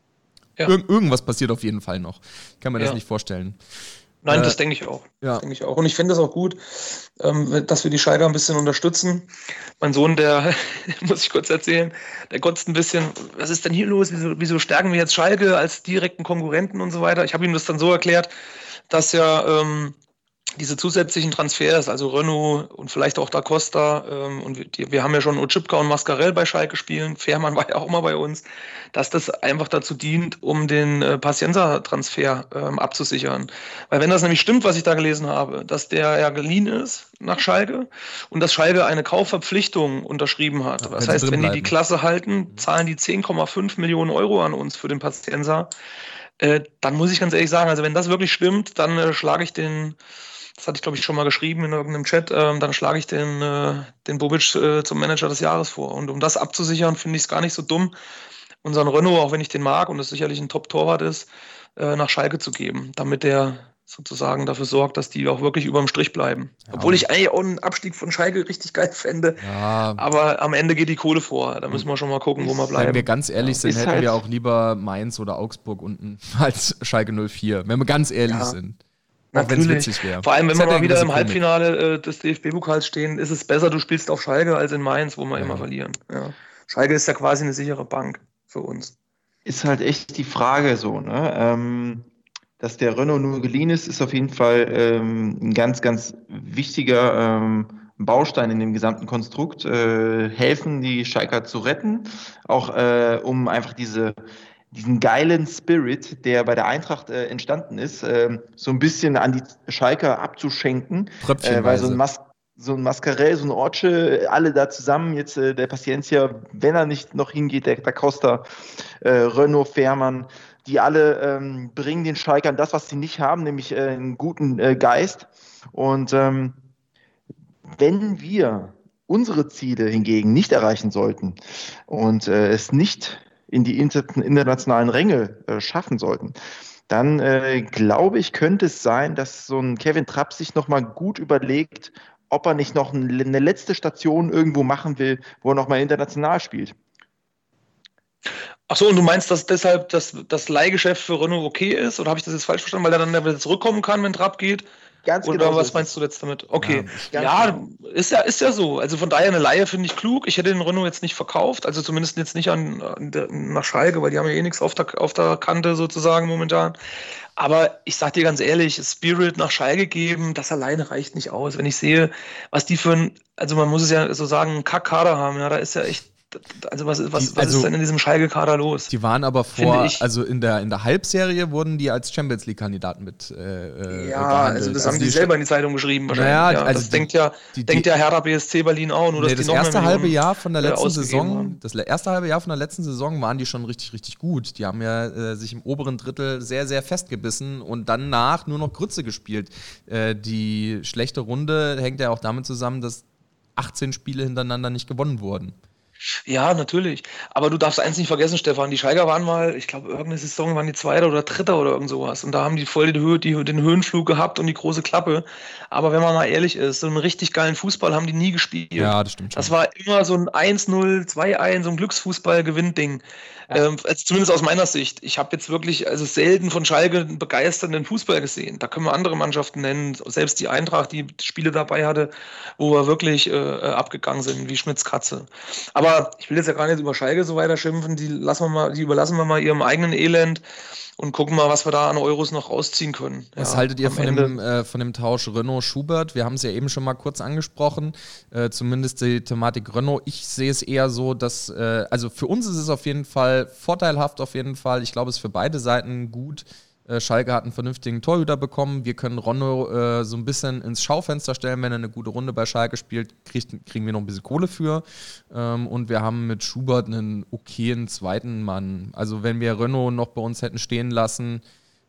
Ja. Ir- irgendwas passiert auf jeden Fall noch. Ich kann mir das Ja. nicht vorstellen. Nein, Äh, das denke ich auch. ja. Das denke ich auch. Und ich finde es auch gut, ähm, dass wir die Schalker ein bisschen unterstützen. Mein Sohn, der, muss ich kurz erzählen, der kotzt ein bisschen, was ist denn hier los? Wieso, wieso stärken wir jetzt Schalke als direkten Konkurrenten und so weiter? Ich habe ihm das dann so erklärt, dass ja ähm, diese zusätzlichen Transfers, also Renault und vielleicht auch Da Costa, ähm, und wir, die, wir haben ja schon Otschipka und Mascarell bei Schalke spielen, Fährmann war ja auch mal bei uns, dass das einfach dazu dient, um den äh, Pacienza-Transfer ähm, abzusichern. Weil wenn das nämlich stimmt, was ich da gelesen habe, dass der ja geliehen ist nach Schalke und dass Schalke eine Kaufverpflichtung unterschrieben hat. Ja, das wenn sie heißt, drin wenn die die bleiben. Klasse halten, zahlen die zehn Komma fünf Millionen Euro an uns für den Pacienza. Äh, dann muss ich ganz ehrlich sagen, also wenn das wirklich stimmt, dann äh, schlage ich den, das hatte ich glaube ich schon mal geschrieben in irgendeinem Chat, ähm, dann schlage ich den, äh, den Bobic äh, zum Manager des Jahres vor. Und um das abzusichern, finde ich es gar nicht so dumm, unseren Renault, auch wenn ich den mag und es sicherlich ein Top-Torwart ist, äh, nach Schalke zu geben, damit der sozusagen dafür sorgt, dass die auch wirklich über dem Strich bleiben. Ja. Obwohl ich eigentlich auch einen Abstieg von Schalke richtig geil fände. Ja, Aber am Ende geht die Kohle vor. Da müssen wir schon mal gucken, wo wir wenn wir bleiben. ganz ehrlich Ja, sind, ist hätten halt- wir auch lieber Mainz oder Augsburg unten als Schalke null vier. Wenn wir ganz ehrlich Ja, sind. Auch wenn es natürlich. witzig wäre. Vor allem, wenn Es wir hätte mal eine wieder gewisse im Komik. Halbfinale äh, des D F B-Pokals stehen, ist es besser, du spielst auf Schalke als in Mainz, wo wir Ja. immer verlieren. Ja. Schalke ist ja quasi eine sichere Bank für uns. Ist halt echt die Frage so, ne? Ähm, dass der Renault nur geliehen ist, ist auf jeden Fall ähm, ein ganz, ganz wichtiger ähm, Baustein in dem gesamten Konstrukt. Äh, helfen, die Schalker zu retten, auch äh, um einfach diese, diesen geilen Spirit, der bei der Eintracht äh, entstanden ist, ähm, so ein bisschen an die Schalker abzuschenken. Äh, weil so ein, Mas so ein Mascarell, so ein Orce, alle da zusammen, jetzt äh, der Paciencia, wenn er nicht noch hingeht, der Da Costa, äh, Renault, Fährmann, die alle ähm, bringen den Schalkern das, was sie nicht haben, nämlich äh, einen guten äh, Geist. Und ähm, wenn wir unsere Ziele hingegen nicht erreichen sollten und äh, es nicht in die inter internationalen Ränge äh, schaffen sollten, dann äh, glaube ich, könnte es sein, dass so ein Kevin Trapp sich nochmal gut überlegt, ob er nicht noch ein, eine letzte Station irgendwo machen will, wo er nochmal international spielt. Achso, und du meinst, dass deshalb das, das Leihgeschäft für Renault okay ist? Oder habe ich das jetzt falsch verstanden, weil er dann wieder zurückkommen kann, wenn Trapp geht? Ganz Oder genau so was ist meinst du jetzt damit? Okay. Ja, Ja, ganz genau. ist ja, ist ja so. Also von daher eine Leihe finde ich klug. Ich hätte den Renault jetzt nicht verkauft, also zumindest jetzt nicht an, an der, nach Schalke, weil die haben ja eh nichts auf der, auf der Kante sozusagen momentan. Aber ich sag dir ganz ehrlich, Spirit nach Schalke geben, das alleine reicht nicht aus. Wenn ich sehe, was die für ein, also man muss es ja so sagen, einen Kack-Kader haben, ja, da ist ja echt, also was, was, Die- was also- ist denn in diesem Schalke-Kader los? Die waren aber Finde vor, ich. also in der, in der Halbserie wurden die als Champions League-Kandidaten mit äh, Ja, gehandelt. also das haben die die selber in die Zeitung geschrieben wahrscheinlich. Naja, ja, also das die- denkt ja, die- denkt die- ja Hertha B S C Berlin auch, nur dass Nee, die das noch mehr erste Millionen, halbe Jahr von der äh, letzten ausgegeben Saison, haben. das le- erste halbe Jahr von der letzten Saison waren die schon richtig, richtig gut. Die haben ja äh, sich im oberen Drittel sehr, sehr festgebissen und danach nur noch Grütze gespielt. Äh, die schlechte Runde hängt ja auch damit zusammen, dass achtzehn Spiele hintereinander nicht gewonnen wurden. Ja, natürlich. Aber du darfst eins nicht vergessen, Stefan, die Schalker waren mal, ich glaube, irgendeine Saison waren die Zweiter oder Dritter oder irgend sowas. Und da haben die voll die Höhe, die, den Höhenflug gehabt und die große Klappe. Aber wenn man mal ehrlich ist, so einen richtig geilen Fußball haben die nie gespielt. Ja, das stimmt schon. Das war immer so ein eins null, zwei eins, so ein Glücksfußball-Gewinnding. Ja. Ähm, also zumindest aus meiner Sicht. Ich habe jetzt wirklich also selten von Schalke einen begeisternden Fußball gesehen. Da können wir andere Mannschaften nennen. Selbst die Eintracht, die Spiele dabei hatte, wo wir wirklich äh, abgegangen sind, wie Schmitz Katze. Aber ich will jetzt ja gar nicht über Schalke so weiter schimpfen. Die, lassen wir mal, die überlassen wir mal ihrem eigenen Elend und gucken mal, was wir da an Euros noch rausziehen können. Was Ja, haltet ihr am von Ende. dem, äh, von dem Tausch Renault-Schubert? Wir haben es ja eben schon mal kurz angesprochen, äh, zumindest die Thematik Renault. Ich sehe es eher so, dass, äh, also für uns ist es auf jeden Fall vorteilhaft auf jeden Fall. Ich glaube, es ist für beide Seiten gut. Äh, Schalke hat einen vernünftigen Torhüter bekommen. Wir können Renault äh, so ein bisschen ins Schaufenster stellen, wenn er eine gute Runde bei Schalke spielt, kriegt, kriegen wir noch ein bisschen Kohle für. Ähm, und wir haben mit Schubert einen okayen zweiten Mann. Also wenn wir Renault noch bei uns hätten stehen lassen,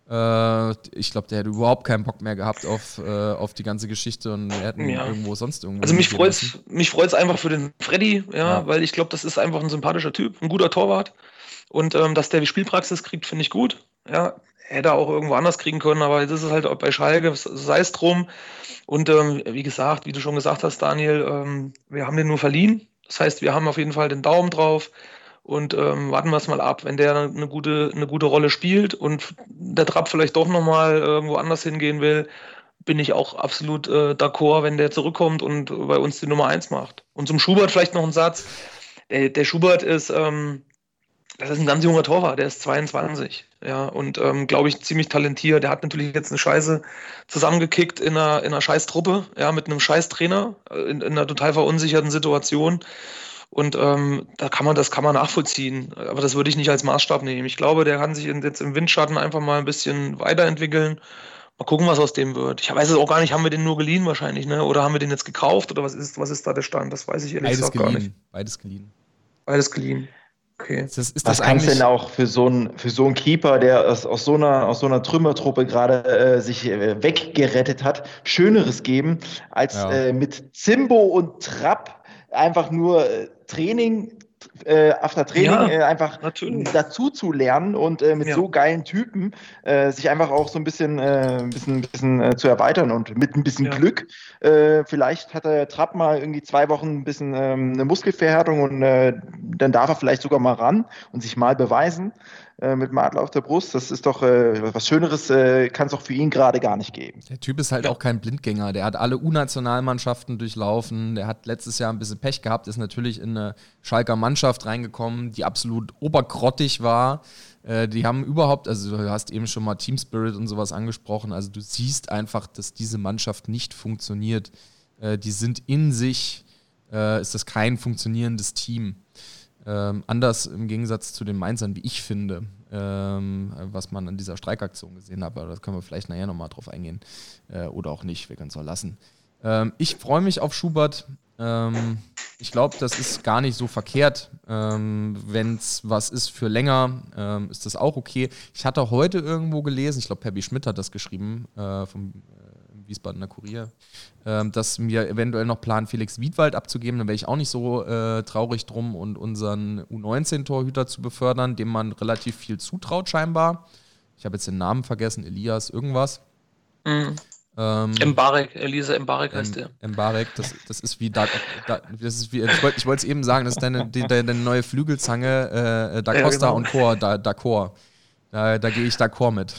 äh, ich glaube, der hätte überhaupt keinen Bock mehr gehabt auf, äh, auf die ganze Geschichte und wir hätten Ja. irgendwo sonst irgendwo. Also mich hingehen freut's, lassen. mich freut's einfach für den Freddy, ja, Ja. weil ich glaube, das ist einfach ein sympathischer Typ, ein guter Torwart. Und ähm, dass der die Spielpraxis kriegt, finde ich gut. Ja, hätte er auch irgendwo anders kriegen können, aber das ist halt auch bei Schalke, sei es drum. Und ähm, wie gesagt, wie du schon gesagt hast, Daniel, ähm, wir haben den nur verliehen. Das heißt, wir haben auf jeden Fall den Daumen drauf und ähm, warten wir es mal ab, wenn der eine gute, eine gute Rolle spielt und der Trapp vielleicht doch nochmal irgendwo anders hingehen will, bin ich auch absolut äh, d'accord, wenn der zurückkommt und bei uns die Nummer eins macht. Und zum Schubert vielleicht noch ein Satz. Der, der Schubert ist, ähm, das ist ein ganz junger Torwart, der ist zweiundzwanzig, ja, und ähm, glaube ich ziemlich talentiert. Der hat natürlich jetzt eine Scheiße zusammengekickt in einer, in einer Scheißtruppe, ja, mit einem Scheißtrainer, äh, in, in einer total verunsicherten Situation. Und ähm, da kann man, das kann man nachvollziehen, aber das würde ich nicht als Maßstab nehmen. Ich glaube, der kann sich in, jetzt im Windschatten einfach mal ein bisschen weiterentwickeln. Mal gucken, was aus dem wird. Ich weiß es auch gar nicht, haben wir den nur geliehen wahrscheinlich, ne? Oder haben wir den jetzt gekauft oder was ist, was ist da der Stand? Das weiß ich ehrlich Beides gesagt gar nicht. geliehen. Beides geliehen. Beides geliehen. Okay. Ist das, ist Was das kann es eigentlich denn auch für so einen für so einen Keeper, der aus, aus, so einer, aus so einer Trümmertruppe gerade äh, sich äh, weggerettet hat, Schöneres geben, als Ja. äh, mit Zimbo und Trapp einfach nur äh, Training, äh, after Training Ja, äh, einfach natürlich. dazu zu lernen und äh, mit Ja. so geilen Typen äh, sich einfach auch so ein bisschen, äh, ein bisschen, bisschen äh, zu erweitern und mit ein bisschen Ja. Glück. Äh, vielleicht hat der Trapp mal irgendwie zwei Wochen ein bisschen ähm, eine Muskelverhärtung und äh, dann darf er vielleicht sogar mal ran und sich mal beweisen äh, mit dem Adler auf der Brust. Das ist doch äh, was Schöneres, äh, kann es auch für ihn gerade gar nicht geben. Der Typ ist halt auch kein Blindgänger. Der hat alle U-Nationalmannschaften durchlaufen. Der hat letztes Jahr ein bisschen Pech gehabt, ist natürlich in eine Schalker Mannschaft reingekommen, die absolut obergrottig war. Äh, die haben überhaupt, also du hast eben schon mal Team Spirit und sowas angesprochen. Also du siehst einfach, dass diese Mannschaft nicht funktioniert. Äh, die sind in sich, äh, ist das kein funktionierendes Team. Ähm, anders im Gegensatz zu den Mainzern, wie ich finde, ähm, was man an dieser Streikaktion gesehen hat, aber da können wir vielleicht nachher nochmal drauf eingehen. Äh, oder auch nicht, wir können es auch lassen. Ähm, ich freue mich auf Schubert. Ähm, ich glaube, das ist gar nicht so verkehrt. Ähm, Wenn es was ist für länger, ähm, ist das auch okay. Ich hatte heute irgendwo gelesen, ich glaube, Peppi Schmidt hat das geschrieben, äh, vom äh, Wiesbadener Kurier, ähm, dass wir eventuell noch planen, Felix Wiedwald abzugeben. Dann wäre ich auch nicht so äh, traurig drum und unseren U neunzehn-Torhüter zu befördern, dem man relativ viel zutraut scheinbar. Ich habe jetzt den Namen vergessen, Elias irgendwas. Mhm. Ähm, Mbarek, Elisa Mbarek heißt der. M- Mbarek, das, das ist wie, da, da, das ist wie ich wollte ich wollte es eben sagen, das ist deine, die, deine neue Flügelzange, äh, Da Ja, Costa genau. und Chor, da, d'accord. Da, da gehe ich d'accord mit.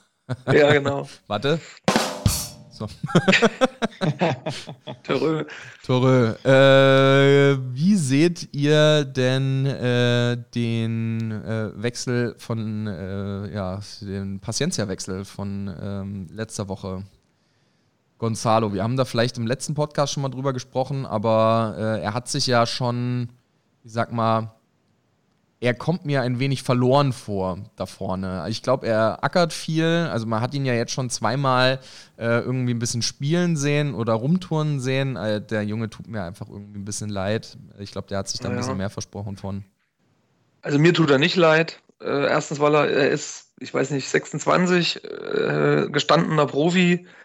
Ja, genau. Warte. So. Törö. Tore, äh, wie seht ihr denn äh, den äh, Wechsel von, äh, ja, den Paciencia-Wechsel von ähm, letzter Woche? Gonzalo, wir haben da vielleicht im letzten Podcast schon mal drüber gesprochen, aber äh, er hat sich ja schon, ich sag mal, er kommt mir ein wenig verloren vor da vorne. Ich glaube, er ackert viel. Also man hat ihn ja jetzt schon zweimal äh, irgendwie ein bisschen spielen sehen oder rumturnen sehen. Äh, der Junge tut mir einfach irgendwie ein bisschen leid. Ich glaube, der hat sich da ein Ja. bisschen mehr versprochen von. Also mir tut er nicht leid. Äh, erstens, weil er, er ist, ich weiß nicht, sechsundzwanzig, äh, gestandener Profi,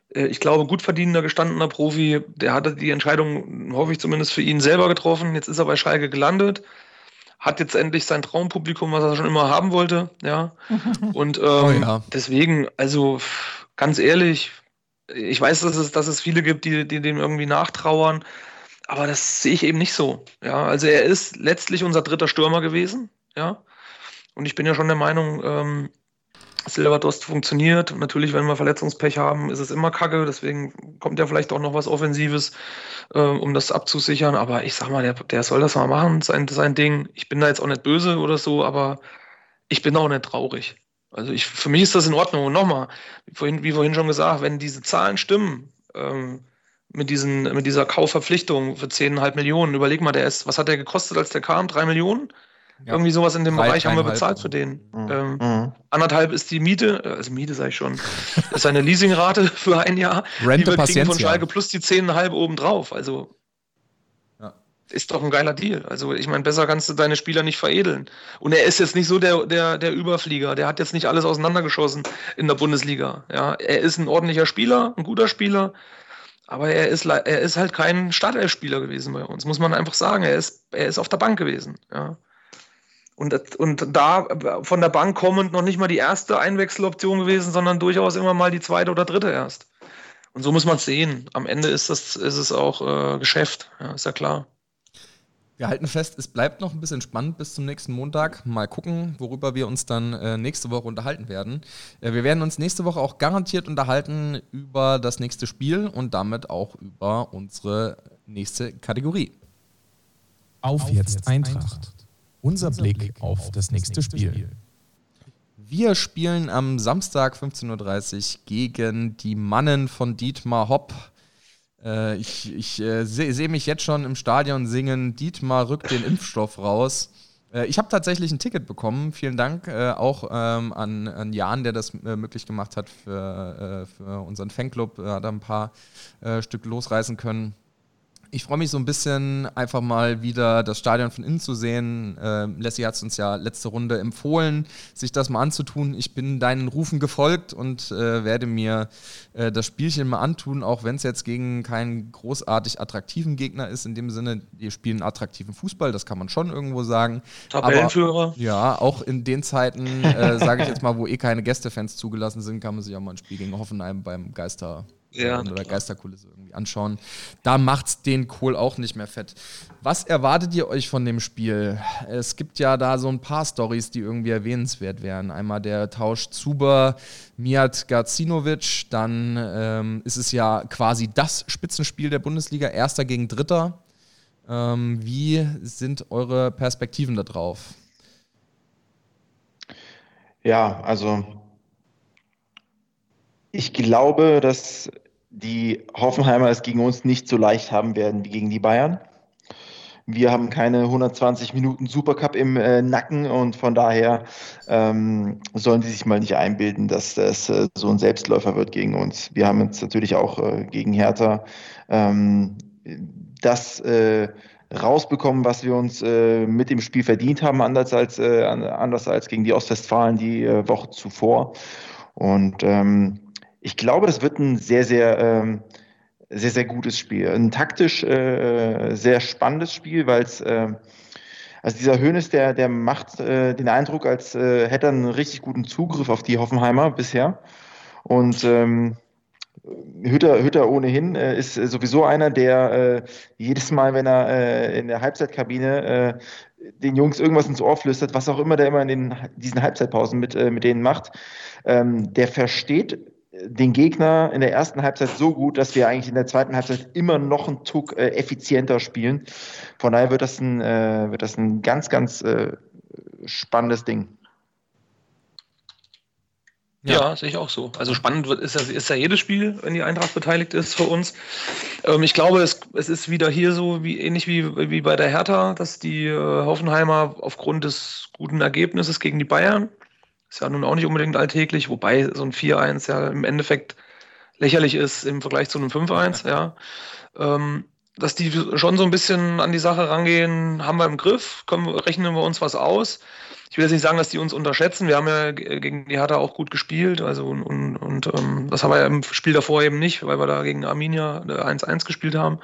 Ich glaube, gut verdienender, gestandener Profi, der hatte die Entscheidung, hoffe ich zumindest, für ihn selber getroffen. Jetzt ist er bei Schalke gelandet, hat jetzt endlich sein Traumpublikum, was er schon immer haben wollte. Ja. Und ähm, oh ja. deswegen, also ganz ehrlich, ich weiß, dass es, dass es viele gibt, die, die dem irgendwie nachtrauern, aber das sehe ich eben nicht so. Ja. Also er ist letztlich unser dritter Stürmer gewesen. Ja. Und ich bin ja schon der Meinung, ähm, Silverdorst funktioniert. Natürlich, wenn wir Verletzungspech haben, ist es immer kacke. Deswegen kommt ja vielleicht auch noch was Offensives, äh, um das abzusichern. Aber ich sag mal, der, der soll das mal machen, sein, sein Ding. Ich bin da jetzt auch nicht böse oder so, aber ich bin auch nicht traurig. Also ich, für mich ist das in Ordnung. Und nochmal, wie vorhin, wie vorhin schon gesagt, wenn diese Zahlen stimmen, ähm, mit, diesen, mit dieser Kaufverpflichtung für zehn Komma fünf Millionen, überleg mal, der ist, was hat der gekostet, als der kam? drei Millionen? Ja. Irgendwie sowas in dem Drei, Bereich haben wir bezahlt für den. Mhm. Ähm, mhm. Anderthalb ist die Miete, also Miete sage ich schon, ist eine Leasingrate für ein Jahr, Rente die wir kriegen von Paciencia. Schalke plus die zehn Komma fünf obendrauf. Also ja. Ist doch ein geiler Deal. Also ich meine, besser kannst du deine Spieler nicht veredeln. Und er ist jetzt nicht so der, der, der Überflieger, der hat jetzt nicht alles auseinandergeschossen in der Bundesliga. Ja, er ist ein ordentlicher Spieler, ein guter Spieler, aber er ist, er ist halt kein Startelfspieler gewesen bei uns, muss man einfach sagen. Er ist, er ist auf der Bank gewesen, ja. Und, und da von der Bank kommend noch nicht mal die erste Einwechseloption gewesen, sondern durchaus immer mal die zweite oder dritte erst. Und so muss man es sehen. Am Ende ist, das, ist es auch äh, Geschäft, ja, ist ja klar. Wir halten fest, es bleibt noch ein bisschen spannend bis zum nächsten Montag. Mal gucken, worüber wir uns dann äh, nächste Woche unterhalten werden. Äh, wir werden uns nächste Woche auch garantiert unterhalten über das nächste Spiel und damit auch über unsere nächste Kategorie. Auf jetzt Eintracht. Unser Blick auf das nächste Spiel. Wir spielen am Samstag fünfzehn Uhr dreißig gegen die Mannen von Dietmar Hopp. Äh, ich ich äh, sehe seh mich jetzt schon im Stadion singen, Dietmar rückt den Impfstoff raus. Äh, ich habe tatsächlich ein Ticket bekommen. Vielen Dank äh, auch ähm, an, an Jan, der das äh, möglich gemacht hat für, äh, für unseren Fanclub. Er hat ein paar äh, Stück losreißen können. Ich freue mich so ein bisschen, einfach mal wieder das Stadion von innen zu sehen. Äh, Lassie hat es uns ja letzte Runde empfohlen, sich das mal anzutun. Ich bin deinen Rufen gefolgt und äh, werde mir äh, das Spielchen mal antun, auch wenn es jetzt gegen keinen großartig attraktiven Gegner ist. In dem Sinne, wir spielen attraktiven Fußball, das kann man schon irgendwo sagen. Tabellenführer. Aber, ja, auch in den Zeiten, äh, sage ich jetzt mal, wo eh keine Gästefans zugelassen sind, kann man sich auch mal ein Spiel gegen Hoffenheim beim Geister Ja, oder Geisterkulisse irgendwie anschauen. Da macht's den Kohl auch nicht mehr fett. Was erwartet ihr euch von dem Spiel? Es gibt ja da so ein paar Storys, die irgendwie erwähnenswert wären. Einmal der Tausch Zuber, Mijat Gacinovic, dann ähm, ist es ja quasi das Spitzenspiel der Bundesliga, Erster gegen Dritter. Ähm, wie sind eure Perspektiven da drauf? Ja, also ich glaube, dass die Hoffenheimer es gegen uns nicht so leicht haben werden wie gegen die Bayern. Wir haben keine hundertzwanzig Minuten Supercup im äh, Nacken und von daher ähm, sollen die sich mal nicht einbilden, dass das äh, so ein Selbstläufer wird gegen uns. Wir haben jetzt natürlich auch äh, gegen Hertha ähm, das äh, rausbekommen, was wir uns äh, mit dem Spiel verdient haben, anders als, äh, anders als gegen die Ostwestfalen die äh, Woche zuvor. Und ähm, ich glaube, das wird ein sehr, sehr, ähm, sehr, sehr gutes Spiel. Ein taktisch äh, sehr spannendes Spiel, weil es, äh, also dieser Hoeneß, der, der macht äh, den Eindruck, als äh, hätte er einen richtig guten Zugriff auf die Hoffenheimer bisher. Und ähm, Hütter, Hütter ohnehin äh, ist sowieso einer, der äh, jedes Mal, wenn er äh, in der Halbzeitkabine äh, den Jungs irgendwas ins Ohr flüstert, was auch immer der immer in den, diesen Halbzeitpausen mit, äh, mit denen macht, ähm, der versteht den Gegner in der ersten Halbzeit so gut, dass wir eigentlich in der zweiten Halbzeit immer noch einen Tuck äh, effizienter spielen. Von daher wird das ein, äh, wird das ein ganz, ganz äh, spannendes Ding. Ja, ja, sehe ich auch so. Also spannend wird, ist, ja, ist ja jedes Spiel, wenn die Eintracht beteiligt ist für uns. Ähm, ich glaube, es, es ist wieder hier so, wie ähnlich wie, wie bei der Hertha, dass die äh, Hoffenheimer aufgrund des guten Ergebnisses gegen die Bayern, ist ja nun auch nicht unbedingt alltäglich, wobei so ein vier eins ja im Endeffekt lächerlich ist im Vergleich zu einem fünf eins, ja. Ähm, dass die schon so ein bisschen an die Sache rangehen, haben wir im Griff, können, rechnen wir uns was aus. Ich will jetzt nicht sagen, dass die uns unterschätzen. Wir haben ja gegen die Hertha auch gut gespielt. Also und, und, und ähm, das haben wir ja im Spiel davor eben nicht, weil wir da gegen Arminia eins eins gespielt haben.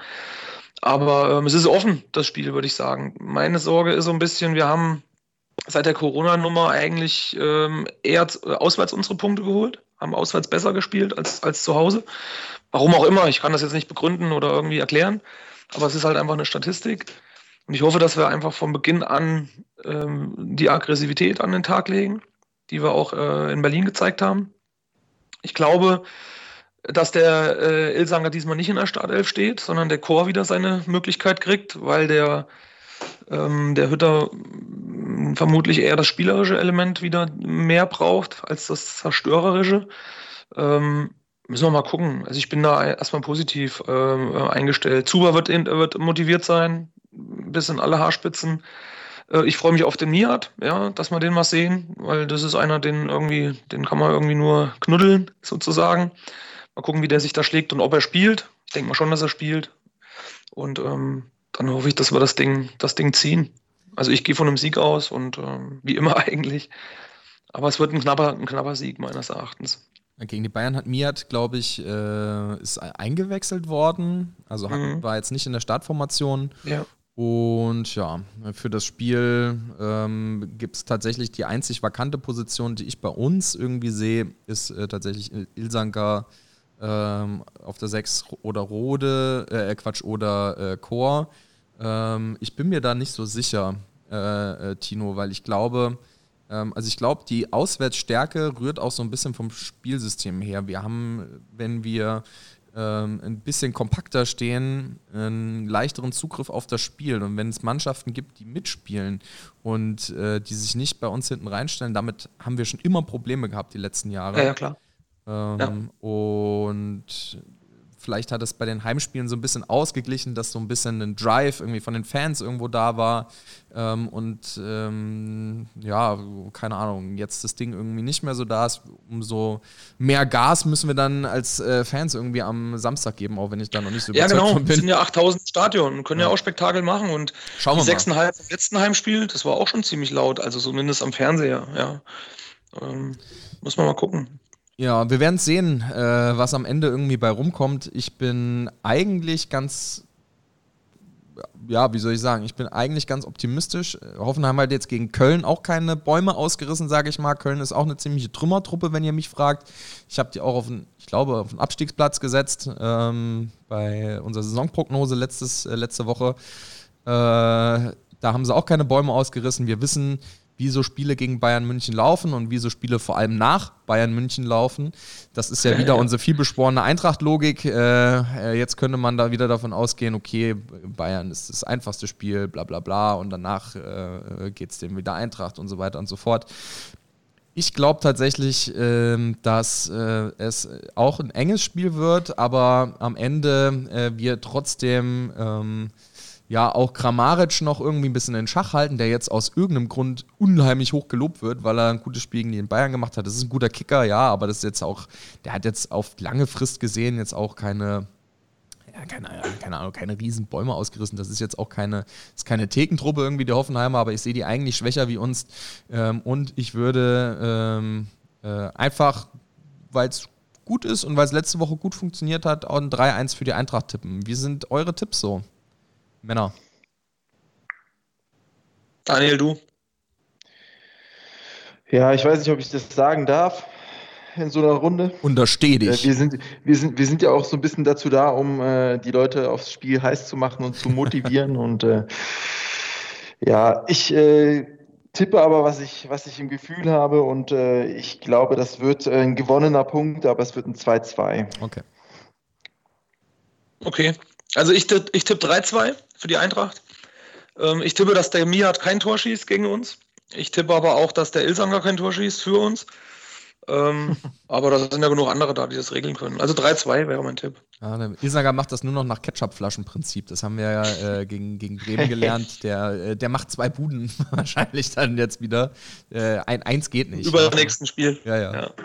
Aber ähm, es ist offen, das Spiel, würde ich sagen. Meine Sorge ist so ein bisschen, wir haben seit der Corona-Nummer eigentlich ähm, eher auswärts unsere Punkte geholt, haben auswärts besser gespielt als, als zu Hause. Warum auch immer, ich kann das jetzt nicht begründen oder irgendwie erklären, aber es ist halt einfach eine Statistik. Und ich hoffe, dass wir einfach von Beginn an ähm, die Aggressivität an den Tag legen, die wir auch äh, in Berlin gezeigt haben. Ich glaube, dass der äh, Ilsanker diesmal nicht in der Startelf steht, sondern der Chor wieder seine Möglichkeit kriegt, weil der, ähm, der Hütter äh, vermutlich eher das spielerische Element wieder mehr braucht als das zerstörerische. Ähm, müssen wir mal gucken. Also ich bin da erstmal positiv äh, eingestellt. Zuba wird, wird motiviert sein, bis in alle Haarspitzen. Äh, ich freue mich auf den Nihat, ja, dass wir den mal sehen, weil das ist einer, den irgendwie, den kann man irgendwie nur knuddeln, sozusagen. Mal gucken, wie der sich da schlägt und ob er spielt. Ich denke mal schon, dass er spielt. Und ähm, dann hoffe ich, dass wir das Ding, das Ding ziehen. Also ich gehe von einem Sieg aus und ähm, wie immer eigentlich. Aber es wird ein knapper, ein knapper Sieg meines Erachtens. Gegen die Bayern hat Nihat, glaube ich, äh, ist eingewechselt worden. Also hat, mhm. war jetzt nicht in der Startformation. Ja. Und ja, für das Spiel ähm, gibt es tatsächlich die einzig vakante Position, die ich bei uns irgendwie sehe, ist äh, tatsächlich Ilsanker ähm, auf der sechs oder Rode, äh, Quatsch, oder äh, Chor. Ähm, ich bin mir da nicht so sicher, äh, äh, Tino, weil ich glaube, ähm, also ich glaube, die Auswärtsstärke rührt auch so ein bisschen vom Spielsystem her. Wir haben, wenn wir ein bisschen kompakter stehen, einen leichteren Zugriff auf das Spiel. Und wenn es Mannschaften gibt, die mitspielen und äh, die sich nicht bei uns hinten reinstellen, damit haben wir schon immer Probleme gehabt die letzten Jahre. Ja, ja, klar. Ähm, ja. Und vielleicht hat es bei den Heimspielen so ein bisschen ausgeglichen, dass so ein bisschen ein Drive irgendwie von den Fans irgendwo da war. Ähm, und ähm, ja, keine Ahnung, jetzt das Ding irgendwie nicht mehr so da ist. Umso mehr Gas müssen wir dann als äh, Fans irgendwie am Samstag geben, auch wenn ich da noch nicht so überzeugt ja, genau. von bin. Es sind ja achttausend Stadion und können ja. ja auch Spektakel machen. Und Schauen wir die sechs Komma fünf im letzten Heimspiel, das war auch schon ziemlich laut, also zumindest am Fernseher. Ja. Ähm, muss man mal gucken. Ja, wir werden sehen, äh, was am Ende irgendwie bei rumkommt. Ich bin eigentlich ganz, ja, wie soll ich sagen, ich bin eigentlich ganz optimistisch. Hoffenheim hat jetzt gegen Köln auch keine Bäume ausgerissen, sage ich mal. Köln ist auch eine ziemliche Trümmertruppe, wenn ihr mich fragt. Ich habe die auch auf einen, ich glaube, auf einen Abstiegsplatz gesetzt ähm, bei unserer Saisonprognose letztes, äh, letzte Woche. Äh, da haben sie auch keine Bäume ausgerissen. Wir wissen, wie so Spiele gegen Bayern München laufen und wie so Spiele vor allem nach Bayern München laufen. Das ist ja wieder unsere vielbeschworene Eintracht-Logik. Äh, jetzt könnte man da wieder davon ausgehen, okay, Bayern ist das einfachste Spiel, bla bla bla, und danach äh, geht es dem wieder Eintracht und so weiter und so fort. Ich glaube tatsächlich, äh, dass äh, es auch ein enges Spiel wird, aber am Ende äh, wir trotzdem ähm, ja auch Kramaric noch irgendwie ein bisschen in Schach halten, der jetzt aus irgendeinem Grund unheimlich hoch gelobt wird, weil er ein gutes Spiel gegen die in Bayern gemacht hat. Das ist ein guter Kicker, ja, aber das ist jetzt auch, der hat jetzt auf lange Frist gesehen jetzt auch keine, ja, keine, keine Ahnung, keine riesen Bäume ausgerissen. Das ist jetzt auch keine, ist keine Thekentruppe irgendwie, die Hoffenheimer, aber ich sehe die eigentlich schwächer wie uns. Ähm, und ich würde ähm, äh, einfach, weil es gut ist und weil es letzte Woche gut funktioniert hat, auch ein drei eins für die Eintracht tippen. Wie sind eure Tipps so? Männer. Daniel, du? Ja, ich weiß nicht, ob ich das sagen darf in so einer Runde. Untersteh dich. Äh, wir, sind, wir, sind, wir sind ja auch so ein bisschen dazu da, um äh, die Leute aufs Spiel heiß zu machen und zu motivieren. und äh, ja, ich äh, tippe aber, was ich, was ich im Gefühl habe, und äh, ich glaube, das wird ein gewonnener Punkt, aber es wird ein zwei zwei. Okay. Okay. Also ich, ich tippe drei zwei für die Eintracht. Ähm, ich tippe, dass der Nihat kein Tor schießt gegen uns. Ich tippe aber auch, dass der Ilsanker kein Tor schießt für uns. Ähm, aber da sind ja genug andere da, die das regeln können. Also drei zwei wäre mein Tipp. Ja, der Ilsanker macht das nur noch nach Ketchupflaschenprinzip. Das haben wir ja äh, gegen, gegen Bremen gelernt. Der, äh, der macht zwei Buden wahrscheinlich dann jetzt wieder. Äh, ein, eins geht nicht. Über das nächste Spiel. Ja, ja. ja.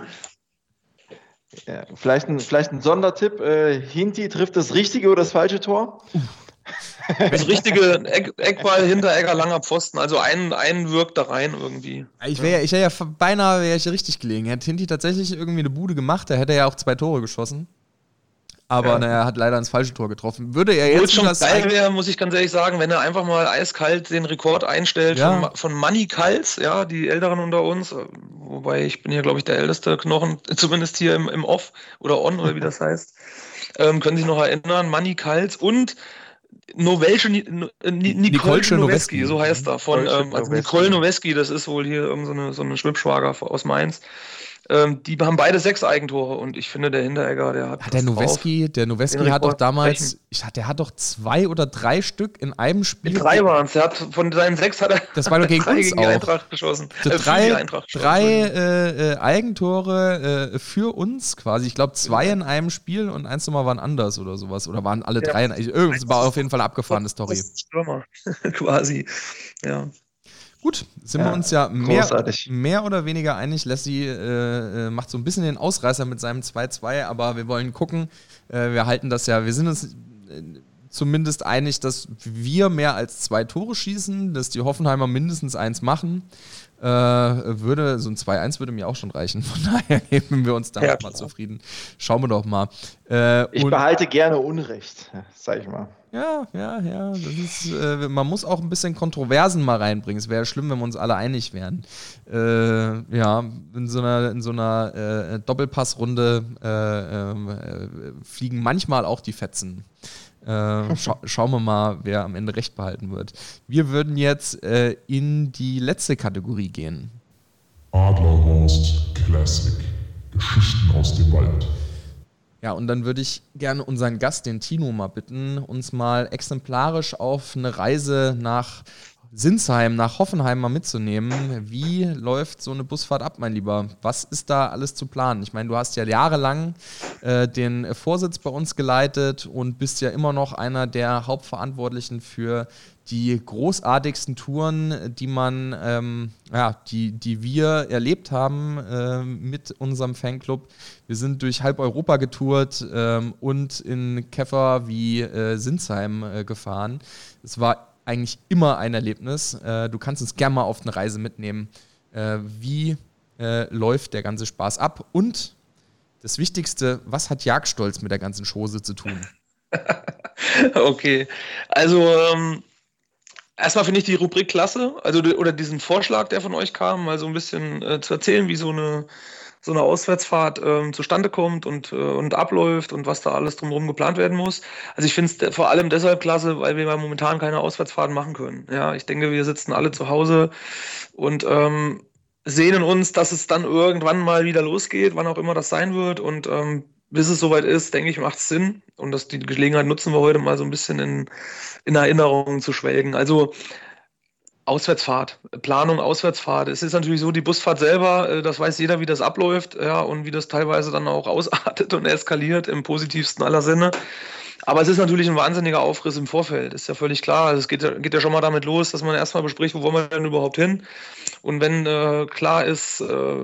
Ja, vielleicht, ein, vielleicht ein Sondertipp. Äh, Hinti trifft das richtige oder das falsche Tor? Das richtige Eck, Eckball, Hinteregger, langer Pfosten. Also ein, ein wirkt da rein irgendwie. Ich wäre ja, ich wär ja beinahe wär ich richtig gelegen. Hätte Hinti tatsächlich irgendwie eine Bude gemacht, da hätte er ja auch zwei Tore geschossen. Aber ja. na, er hat leider ins falsche Tor getroffen. Würde er jetzt schon geil wäre, muss ich ganz ehrlich sagen, wenn er einfach mal eiskalt den Rekord einstellt ja. von, von Manny Kals, ja, die Älteren unter uns, wobei ich bin hier, glaube ich, der älteste Knochen, zumindest hier im, im Off oder On oder wie das heißt, ähm, können sich noch erinnern, Manny Kals und Nowelche, Nicole, Nicole Noweski, so heißt er, von, ähm, also Nicole Noweski, das ist wohl hier irgend so eine, so eine Schwippschwager aus Mainz. Ähm, die haben beide sechs Eigentore und ich finde, der Hinteregger, der hat. Hat der Noweski, der Noweski hat doch damals, ich, der hat doch zwei oder drei Stück in einem Spiel. In drei waren es, der hat von seinen sechs hat er das war doch gegen drei uns gegen die auch. Eintracht geschossen. Äh, drei Eintracht drei äh, äh, Eigentore äh, für uns quasi. Ich glaube, zwei in einem Spiel und eins nochmal waren anders oder sowas. Oder waren alle ja. drei. Irgendwas war auf jeden Fall eine abgefahrene Story. Stürmer, quasi, ja. Gut, sind ja, wir uns ja mehr, mehr oder weniger einig. Lassie äh, macht so ein bisschen den Ausreißer mit seinem zwei zwei, aber wir wollen gucken. Äh, wir halten das ja, wir sind uns äh, zumindest einig, dass wir mehr als zwei Tore schießen, dass die Hoffenheimer mindestens eins machen. Äh, würde, so ein zwei eins würde mir auch schon reichen. Von daher geben wir uns da ja, mal zufrieden. Schauen wir doch mal. Äh, ich behalte gerne Unrecht, sag ich mal. Ja, ja, ja. Das ist, äh, man muss auch ein bisschen Kontroversen mal reinbringen. Es wäre schlimm, wenn wir uns alle einig wären. Äh, ja, in so einer, in so einer äh, Doppelpassrunde äh, äh, fliegen manchmal auch die Fetzen. Äh, scha- schauen wir mal, wer am Ende recht behalten wird. Wir würden jetzt äh, in die letzte Kategorie gehen. Adlerhorst Classic. Geschichten aus dem Wald. Ja, und dann würde ich gerne unseren Gast, den Tino, mal bitten, uns mal exemplarisch auf eine Reise nach Sinsheim, nach Hoffenheim mal mitzunehmen. Wie läuft so eine Busfahrt ab, mein Lieber? Was ist da alles zu planen? Ich meine, du hast ja jahrelang äh, den Vorsitz bei uns geleitet und bist ja immer noch einer der Hauptverantwortlichen für die großartigsten Touren, die man, ähm, ja, die, die wir erlebt haben äh, mit unserem Fanclub. Wir sind durch halb Europa getourt ähm, und in Käfer wie äh, Sinsheim äh, gefahren. Es war eigentlich immer ein Erlebnis. Äh, du kannst uns gerne mal auf eine Reise mitnehmen. Äh, wie äh, läuft der ganze Spaß ab? Und das Wichtigste, was hat Jagdstolz mit der ganzen Chose zu tun? Okay, also ähm erstmal finde ich die Rubrik klasse, also oder diesen Vorschlag, der von euch kam, mal so ein bisschen äh, zu erzählen, wie so eine so eine Auswärtsfahrt ähm, zustande kommt und, äh, und abläuft und was da alles drumherum geplant werden muss. Also ich finde es vor allem deshalb klasse, weil wir ja momentan keine Auswärtsfahrten machen können. Ja, ich denke, wir sitzen alle zu Hause und ähm, sehnen uns, dass es dann irgendwann mal wieder losgeht, wann auch immer das sein wird und ähm, bis es soweit ist, denke ich, macht es Sinn. Und das, die Gelegenheit nutzen wir heute mal so ein bisschen in, in Erinnerungen zu schwelgen. Also Auswärtsfahrt, Planung, Auswärtsfahrt. Es ist natürlich so, die Busfahrt selber, das weiß jeder, wie das abläuft, ja, und wie das teilweise dann auch ausartet und eskaliert im positivsten aller Sinne. Aber es ist natürlich ein wahnsinniger Aufriss im Vorfeld, ist ja völlig klar. Also es geht, geht ja schon mal damit los, dass man erstmal bespricht, wo wollen wir denn überhaupt hin? Und wenn äh, klar ist, äh,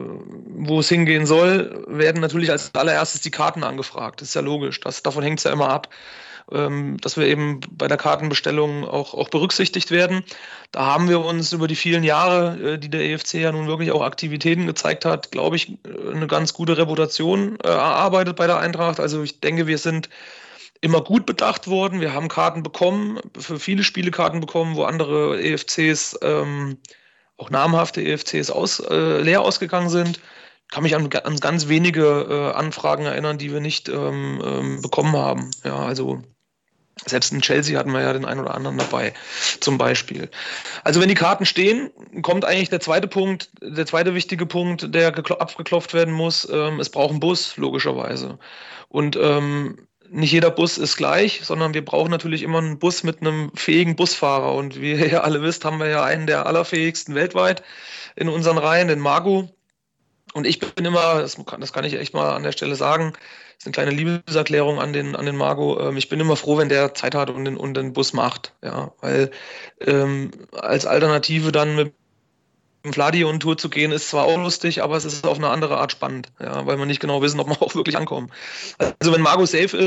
wo es hingehen soll, werden natürlich als allererstes die Karten angefragt. Das ist ja logisch, das, davon hängt es ja immer ab, ähm, dass wir eben bei der Kartenbestellung auch, auch berücksichtigt werden. Da haben wir uns über die vielen Jahre, äh, die der E F C ja nun wirklich auch Aktivitäten gezeigt hat, glaube ich, eine ganz gute Reputation äh, erarbeitet bei der Eintracht. Also ich denke, wir sind immer gut bedacht worden. Wir haben Karten bekommen, für viele Spiele Karten bekommen, wo andere E F Cs, ähm, auch namhafte E F Cs aus, äh, leer ausgegangen sind. Ich kann mich an, an ganz wenige äh, Anfragen erinnern, die wir nicht ähm, ähm, bekommen haben. Ja, also selbst in Chelsea hatten wir ja den einen oder anderen dabei, zum Beispiel. Also wenn die Karten stehen, kommt eigentlich der zweite Punkt, der zweite wichtige Punkt, der geklo- abgeklopft werden muss. Ähm, es braucht einen Bus, logischerweise. Und ähm, nicht jeder Bus ist gleich, sondern wir brauchen natürlich immer einen Bus mit einem fähigen Busfahrer. Und wie ihr ja alle wisst, haben wir ja einen der allerfähigsten weltweit in unseren Reihen, den Margo. Und ich bin immer, das kann, das kann ich echt mal an der Stelle sagen, das ist eine kleine Liebeserklärung an den, an den Margo. Ich bin immer froh, wenn der Zeit hat und den, und den Bus macht. Ja, weil ähm, als Alternative dann mit dem Vladi und Tour zu gehen, ist zwar auch lustig, aber es ist auf eine andere Art spannend, ja, weil wir nicht genau wissen, ob wir auch wirklich ankommen. Also wenn Margo safe ist,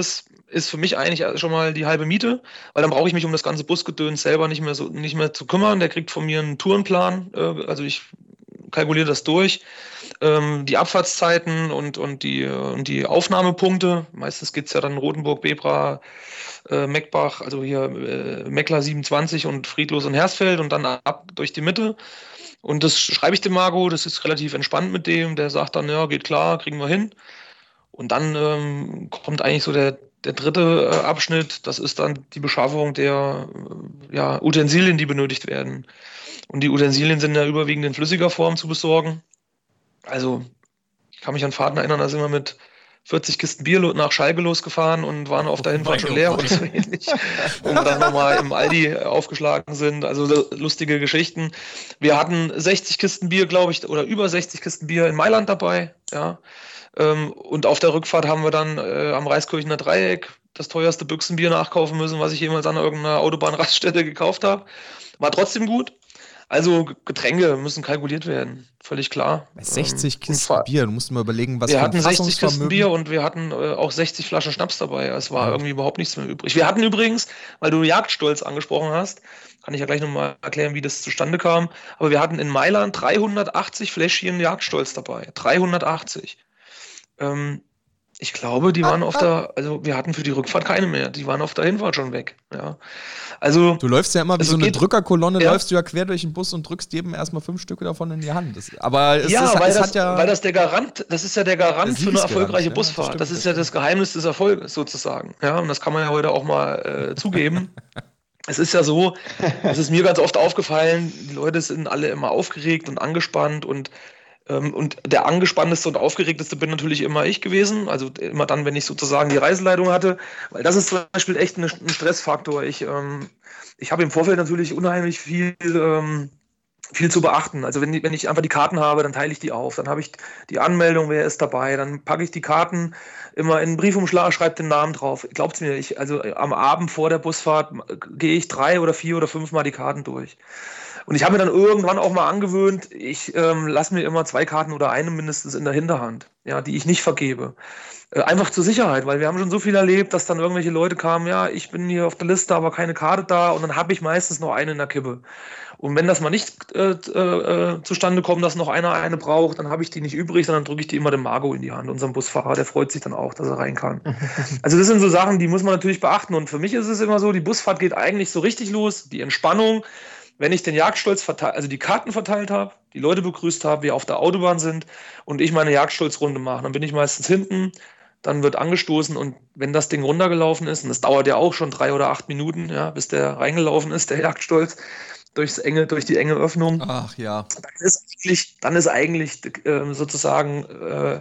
ist für mich eigentlich schon mal die halbe Miete, weil dann brauche ich mich um das ganze Busgedöns selber nicht mehr so nicht mehr zu kümmern. Der kriegt von mir einen Tourenplan, äh, also ich kalkuliere das durch. Ähm, die Abfahrtszeiten und, und, die, und die Aufnahmepunkte. Meistens geht es ja dann Rotenburg, Bebra, äh, Meckbach, also hier äh, Meckler siebenundzwanzig und Friedlos und Hersfeld und dann ab durch die Mitte. Und das schreibe ich dem Marco, das ist relativ entspannt mit dem. Der sagt dann, ja, geht klar, kriegen wir hin. Und dann ähm, kommt eigentlich so der, der dritte äh, Abschnitt, das ist dann die Beschaffung der äh, ja, Utensilien, die benötigt werden. Und die Utensilien sind ja überwiegend in flüssiger Form zu besorgen. Also, ich kann mich an Fahrten erinnern, da sind wir mit vierzig Kisten Bier nach Schalke losgefahren und waren auf der Hinfahrt schon leer oder so ähnlich. Und dann nochmal im Aldi aufgeschlagen sind. Also lustige Geschichten. Wir hatten sechzig Kisten Bier, glaube ich, oder über sechzig Kisten Bier in Mailand dabei. Ja. Und auf der Rückfahrt haben wir dann äh, am Reiskirchener Dreieck das teuerste Büchsenbier nachkaufen müssen, was ich jemals an irgendeiner Autobahnraststätte gekauft habe. War trotzdem gut. Also Getränke müssen kalkuliert werden, völlig klar. sechzig Kisten Bier, du musst mal überlegen, was wir für ein hatten sechzig Kisten Fassungsvermögen. Bier und wir hatten äh, auch sechzig Flaschen Schnaps dabei. Es war irgendwie überhaupt nichts mehr übrig. Wir hatten übrigens, weil du Jagdstolz angesprochen hast, kann ich ja gleich nochmal erklären, wie das zustande kam, aber wir hatten in Mailand dreihundertachtzig Fläschchen Jagdstolz dabei. dreihundertachtzig. Ähm, ich glaube, die waren auf der, also wir hatten für die Rückfahrt keine mehr, die waren auf der Hinfahrt schon weg. Ja. Also, du läufst ja immer wie also so eine geht, Drückerkolonne, ja. läufst du ja quer durch den Bus und drückst jedem erstmal fünf Stücke davon in die Hand. Das, aber es, ja, ist, weil, es das, hat ja... weil das der Garant, das ist ja der Garant für eine erfolgreiche ja, Busfahrt. das, das, stimmt, ist ja das das Geheimnis des Erfolges sozusagen. Ja, und das kann man ja heute auch mal äh, zugeben. Es ist ja so, es ist mir ganz oft aufgefallen, die Leute sind alle immer aufgeregt und angespannt und Und der angespannteste und aufgeregteste bin natürlich immer ich gewesen. Also immer dann, wenn ich sozusagen die Reiseleitung hatte. Weil das ist zum Beispiel echt ein Stressfaktor. Ich, ähm, ich habe im Vorfeld natürlich unheimlich viel, ähm, viel zu beachten. Also wenn, wenn ich einfach die Karten habe, dann teile ich die auf. Dann habe ich die Anmeldung, wer ist dabei. Dann packe ich die Karten immer in einen Briefumschlag, schreibe den Namen drauf. Glaubt's mir, ich, also am Abend vor der Busfahrt gehe ich drei oder vier oder fünf Mal die Karten durch. Und ich habe mir dann irgendwann auch mal angewöhnt, ich ähm, lasse mir immer zwei Karten oder eine mindestens in der Hinterhand, ja, die ich nicht vergebe. Äh, einfach zur Sicherheit, weil wir haben schon so viel erlebt, dass dann irgendwelche Leute kamen, ja, ich bin hier auf der Liste, aber keine Karte da und dann habe ich meistens noch eine in der Kippe. Und wenn das mal nicht äh, äh, zustande kommt, dass noch einer eine braucht, dann habe ich die nicht übrig, sondern drücke ich die immer dem Marco in die Hand, unserem Busfahrer, der freut sich dann auch, dass er rein kann. Also das sind so Sachen, die muss man natürlich beachten und für mich ist es immer so, die Busfahrt geht eigentlich so richtig los, die Entspannung, wenn ich den Jagdstolz verteilt, also die Karten verteilt habe, die Leute begrüßt habe, wir auf der Autobahn sind und ich meine Jagdstolzrunde mache, dann bin ich meistens hinten, dann wird angestoßen und wenn das Ding runtergelaufen ist, und das dauert ja auch schon drei oder acht Minuten, ja, bis der reingelaufen ist, der Jagdstolz, durchs enge, durch die enge Öffnung. Ach ja. Dann ist eigentlich, dann ist eigentlich äh, sozusagen äh,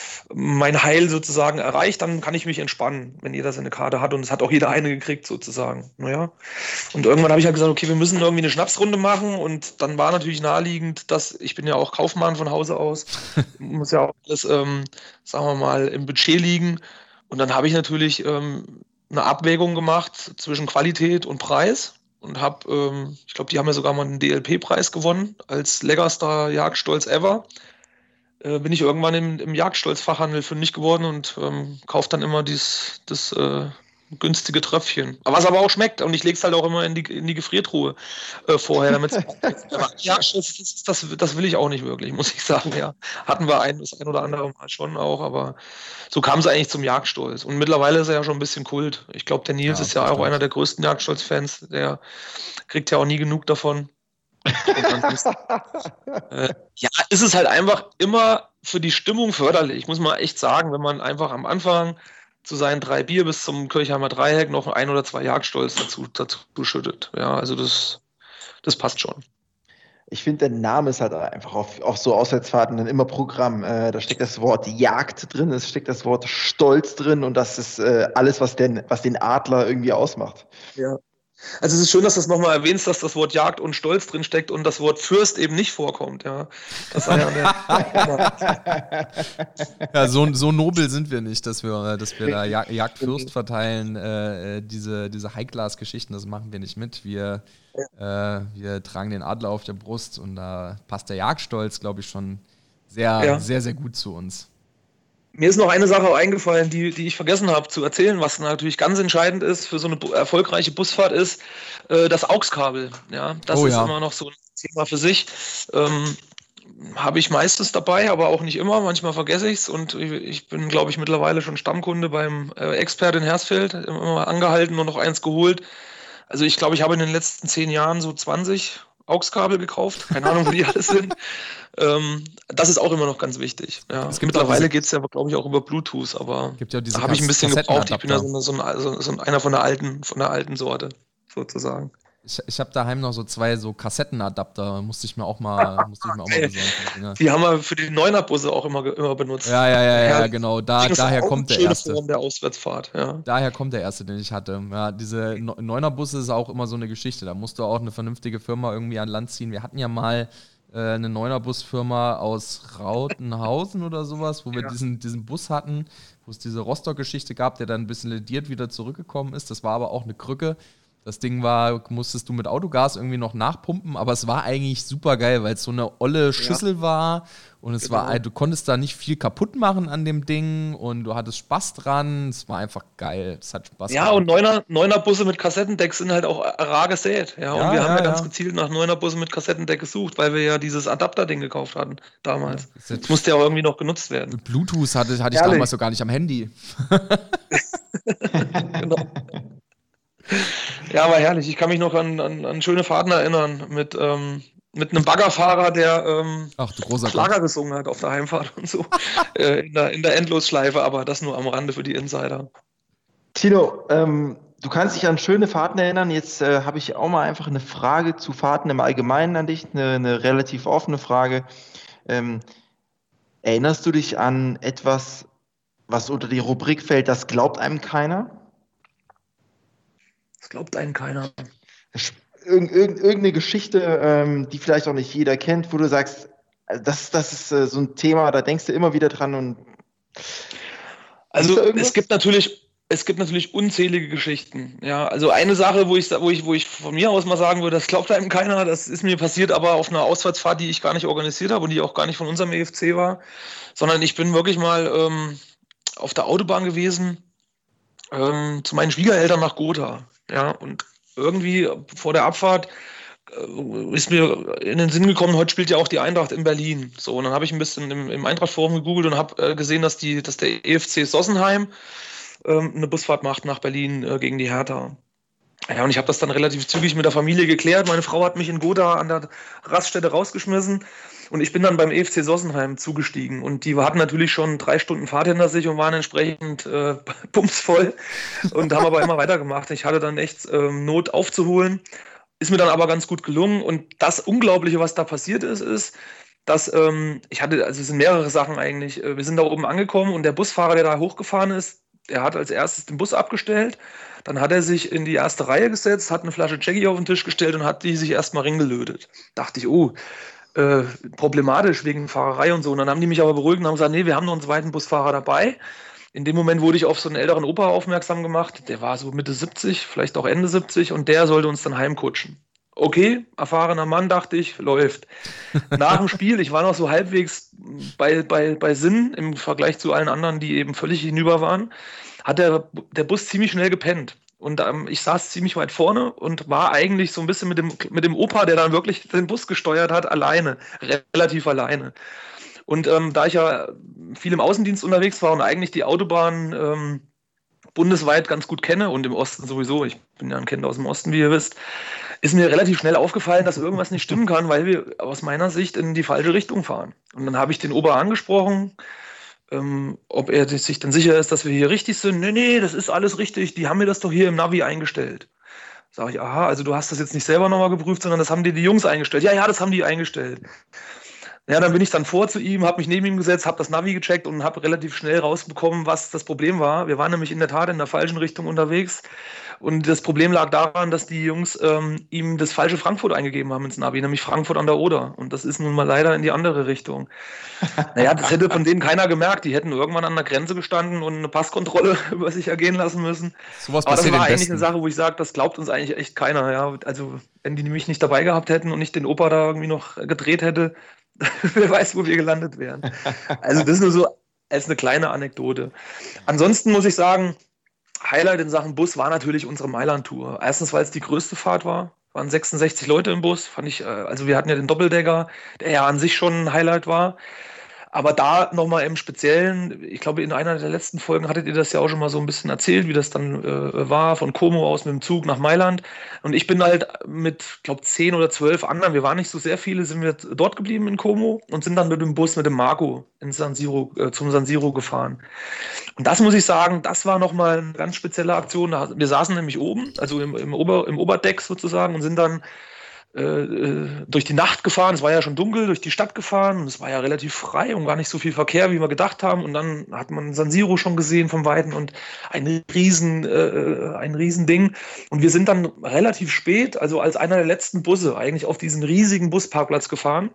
mein Heil sozusagen erreicht, dann kann ich mich entspannen, wenn jeder seine Karte hat und es hat auch jeder eine gekriegt sozusagen. Naja. Und irgendwann habe ich halt gesagt, okay, wir müssen irgendwie eine Schnapsrunde machen und dann war natürlich naheliegend, dass ich bin ja auch Kaufmann von Hause aus, muss ja auch alles, ähm, sagen wir mal, im Budget liegen und dann habe ich natürlich ähm, eine Abwägung gemacht zwischen Qualität und Preis und habe, ähm, ich glaube, die haben ja sogar mal einen D L P-Preis gewonnen als Leckerstar Jagdstolz ever. Bin ich irgendwann im, im Jagdstolzfachhandel fündig geworden und ähm, kaufe dann immer dies, das äh, günstige Tröpfchen. Aber was aber auch schmeckt und ich lege es halt auch immer in die, in die Gefriertruhe äh, vorher, damit Jagdstolz, das, das, das will ich auch nicht wirklich, muss ich sagen. Ja, hatten wir ein, das ein oder andere Mal schon auch, aber so kam es eigentlich zum Jagdstolz. Und mittlerweile ist er ja schon ein bisschen Kult. Ich glaube, der Nils ja, ist ja auch einer der größten Jagdstolz-Fans, der kriegt ja auch nie genug davon. Ist, äh, ja, ist es halt einfach immer für die Stimmung förderlich, muss man echt sagen, wenn man einfach am Anfang zu seinen drei Bier bis zum Kirchheimer Dreieck noch ein oder zwei Jagdstolz dazu, dazu schüttet. Ja, also das, das passt schon. Ich finde, der Name ist halt einfach auf, auf so Auswärtsfahrten dann immer Programm. Äh, da steckt das Wort Jagd drin, es steckt das Wort Stolz drin und das ist äh, alles, was den, was den Adler irgendwie ausmacht. Ja. Also es ist schön, dass du es nochmal erwähnst, dass das Wort Jagd und Stolz drin steckt und das Wort Fürst eben nicht vorkommt. Ja, das war ja der ja so, so nobel sind wir nicht, dass wir, dass wir da Jag- Jagdfürst verteilen. Äh, diese diese High-Class-Geschichten, das machen wir nicht mit. Wir, äh, wir tragen den Adler auf der Brust und da passt der Jagdstolz, glaube ich, schon sehr, ja. sehr, sehr gut zu uns. Mir ist noch eine Sache eingefallen, die, die ich vergessen habe zu erzählen, was natürlich ganz entscheidend ist für so eine bu- erfolgreiche Busfahrt ist, äh, das A U X-Kabel. Ja, das Oh ist ja. immer noch so ein Thema für sich. Ähm, habe ich meistens dabei, aber auch nicht immer. Manchmal vergesse ich es und ich, ich bin, glaube ich, mittlerweile schon Stammkunde beim äh, Expert in Hersfeld, immer angehalten und noch eins geholt. Also ich glaube, ich habe in den letzten zehn Jahren so zwanzig A U X-Kabel gekauft. Keine Ahnung, wo die alle sind. Ähm, das ist auch immer noch ganz wichtig. Ja. Es gibt auch Mittlerweile diese- geht es ja, glaube ich, auch über Bluetooth, aber Gibt ja diese da habe ich ein Kas- bisschen gebraucht. Ich bin ja Kassettenadapter. so, eine, so, ein, so ein, einer von der alten, von der alten Sorte, sozusagen. Ich, ich habe daheim noch so zwei so Kassettenadapter, musste ich mir auch mal, musste ich mir auch mal besorgen. Ja, Die haben wir für die Neuner-Busse auch immer, ge- immer benutzt. ja, ja, ja, ja, Ja, genau. Da, Das ist daher auch kommt der eine schöne erste. Form der Auswärtsfahrt, ja. Daher kommt der erste, den ich hatte. Ja, diese No- Neuner-Busse ist auch immer so eine Geschichte. Da musst du auch eine vernünftige Firma irgendwie an Land ziehen. Wir hatten ja mal äh, eine Neuner-Busfirma aus Rautenhausen oder sowas, wo wir Ja. diesen, diesen Bus hatten, wo es diese Rostock-Geschichte gab, der dann ein bisschen lediert wieder zurückgekommen ist. Das war aber auch eine Krücke. Das Ding war, musstest du mit Autogas irgendwie noch nachpumpen, aber es war eigentlich super geil, weil es so eine olle Schüssel war und es Genau. war, du konntest da nicht viel kaputt machen an dem Ding und du hattest Spaß dran. Es war einfach geil. Es hat Spaß Ja, gemacht. und Neuner, Neuner-Busse mit Kassettendeck sind halt auch rar gesät. Ja, und Ja, wir haben ja, ja ganz ja. gezielt nach Neuner-Bussen mit Kassettendeck gesucht, weil wir ja dieses Adapter-Ding gekauft hatten damals. Ist jetzt- Das musste ja auch irgendwie noch genutzt werden. Bluetooth hatte, hatte ich Herrlich. damals so gar nicht am Handy. Genau. Ja, war herrlich. Ich kann mich noch an, an, an schöne Fahrten erinnern mit, ähm, mit einem Baggerfahrer, der ähm, Ach du großer Gott. Schlager gesungen hat auf der Heimfahrt und so. äh, in, der, in der Endlosschleife, aber das nur am Rande für die Insider. Tino, ähm, du kannst dich an schöne Fahrten erinnern. Jetzt äh, habe ich auch mal einfach eine Frage zu Fahrten im Allgemeinen an dich, eine, eine relativ offene Frage. Ähm, erinnerst du dich an etwas, was unter die Rubrik fällt, das glaubt einem keiner? Das glaubt einem keiner. Irgend, irgend, irgendeine Geschichte, ähm, die vielleicht auch nicht jeder kennt, wo du sagst, also das, das ist äh, so ein Thema, da denkst du immer wieder dran und Also Gibt's da irgendwas? es gibt natürlich, es gibt natürlich unzählige Geschichten. Ja, also eine Sache, wo ich, wo ich, wo ich von mir aus mal sagen würde, das glaubt einem keiner, das ist mir passiert, aber auf einer Auswärtsfahrt, die ich gar nicht organisiert habe und die auch gar nicht von unserem E F C war, sondern ich bin wirklich mal ähm, auf der Autobahn gewesen ähm, zu meinen Schwiegereltern nach Gotha. Ja, und irgendwie vor der Abfahrt äh, ist mir in den Sinn gekommen, heute spielt ja auch die Eintracht in Berlin. So, und dann habe ich ein bisschen im, im Eintracht-Forum gegoogelt und habe äh, gesehen, dass, die, dass der E F C Sossenheim ähm, eine Busfahrt macht nach Berlin äh, gegen die Hertha. Ja, und ich habe das dann relativ zügig mit der Familie geklärt. Meine Frau hat mich in Gotha an der Raststätte rausgeschmissen und ich bin dann beim E F C Sossenheim zugestiegen. Und die hatten natürlich schon drei Stunden Fahrt hinter sich und waren entsprechend äh, pumpsvoll und haben aber immer weitergemacht. Ich hatte dann echt ähm, Not aufzuholen. Ist mir dann aber ganz gut gelungen. Und das Unglaubliche, was da passiert ist, ist, dass ähm, ich hatte, also es sind mehrere Sachen eigentlich. Äh, Wir sind da oben angekommen und der Busfahrer, der da hochgefahren ist, der hat als erstes den Bus abgestellt. Dann hat er sich in die erste Reihe gesetzt, hat eine Flasche Jackie auf den Tisch gestellt und hat die sich erstmal ringelötet. Dachte ich, oh, äh, problematisch wegen Fahrerei und so. Und dann haben die mich aber beruhigt und haben gesagt, nee, wir haben noch einen zweiten Busfahrer dabei. In dem Moment wurde ich auf so einen älteren Opa aufmerksam gemacht. Der war so Mitte siebzig, vielleicht auch Ende siebzig und der sollte uns dann heimkutschen. Okay, erfahrener Mann, dachte ich, läuft. Nach dem Spiel, ich war noch so halbwegs bei, bei, bei Sinn im Vergleich zu allen anderen, die eben völlig hinüber waren, hat der, der Bus ziemlich schnell gepennt. Und ähm, ich saß ziemlich weit vorne und war eigentlich so ein bisschen mit dem, mit dem Opa, der dann wirklich den Bus gesteuert hat, alleine, relativ alleine. Und ähm, da ich ja viel im Außendienst unterwegs war und eigentlich die Autobahn ähm, bundesweit ganz gut kenne und im Osten sowieso, ich bin ja ein Kind aus dem Osten, wie ihr wisst, ist mir relativ schnell aufgefallen, dass irgendwas nicht stimmen kann, weil wir aus meiner Sicht in die falsche Richtung fahren. Und dann habe ich den Ober angesprochen, ähm, ob er sich denn sicher ist, dass wir hier richtig sind. Nee, nee, das ist alles richtig, die haben mir das doch hier im Navi eingestellt. Sag ich, aha, also du hast das jetzt nicht selber nochmal geprüft, sondern das haben dir die Jungs eingestellt. Ja, ja, das haben die eingestellt. Ja, dann bin ich dann vor zu ihm, habe mich neben ihm gesetzt, habe das Navi gecheckt und habe relativ schnell rausbekommen, was das Problem war. Wir waren nämlich in der Tat in der falschen Richtung unterwegs. Und das Problem lag daran, dass die Jungs ähm, ihm das falsche Frankfurt eingegeben haben ins Navi, nämlich Frankfurt an der Oder. Und das ist nun mal leider in die andere Richtung. Naja, das hätte von denen keiner gemerkt. Die hätten irgendwann an der Grenze gestanden und eine Passkontrolle über sich ergehen lassen müssen. Sowas Aber das passiert war den eigentlich Besten. eine Sache, wo ich sage, das glaubt uns eigentlich echt keiner. Ja? Also wenn die mich nicht dabei gehabt hätten und nicht den Opa da irgendwie noch gedreht hätte, wer weiß, wo wir gelandet wären. Also das ist nur so als eine kleine Anekdote. Ansonsten muss ich sagen, Highlight in Sachen Bus war natürlich unsere Mailand-Tour. Erstens, weil es die größte Fahrt war. Waren sechsundsechzig Leute im Bus. Fand ich, also wir hatten ja den Doppeldecker, der ja an sich schon ein Highlight war. Aber da nochmal im Speziellen, ich glaube, in einer der letzten Folgen hattet ihr das ja auch schon mal so ein bisschen erzählt, wie das dann äh, war, von Como aus mit dem Zug nach Mailand. Und ich bin halt mit, glaube zehn oder zwölf anderen, wir waren nicht so sehr viele, sind wir dort geblieben in Como und sind dann mit dem Bus mit dem Marco in San Siro, äh, zum San Siro gefahren. Und das muss ich sagen, das war nochmal eine ganz spezielle Aktion. Wir saßen nämlich oben, also im, im, Ober, im Oberdeck sozusagen, und sind dann durch die Nacht gefahren, es war ja schon dunkel, durch die Stadt gefahren und es war ja relativ frei und gar nicht so viel Verkehr, wie wir gedacht haben, und dann hat man San Siro schon gesehen vom Weiten und ein riesen, äh, ein riesen Ding, und wir sind dann relativ spät, also als einer der letzten Busse eigentlich auf diesen riesigen Busparkplatz gefahren,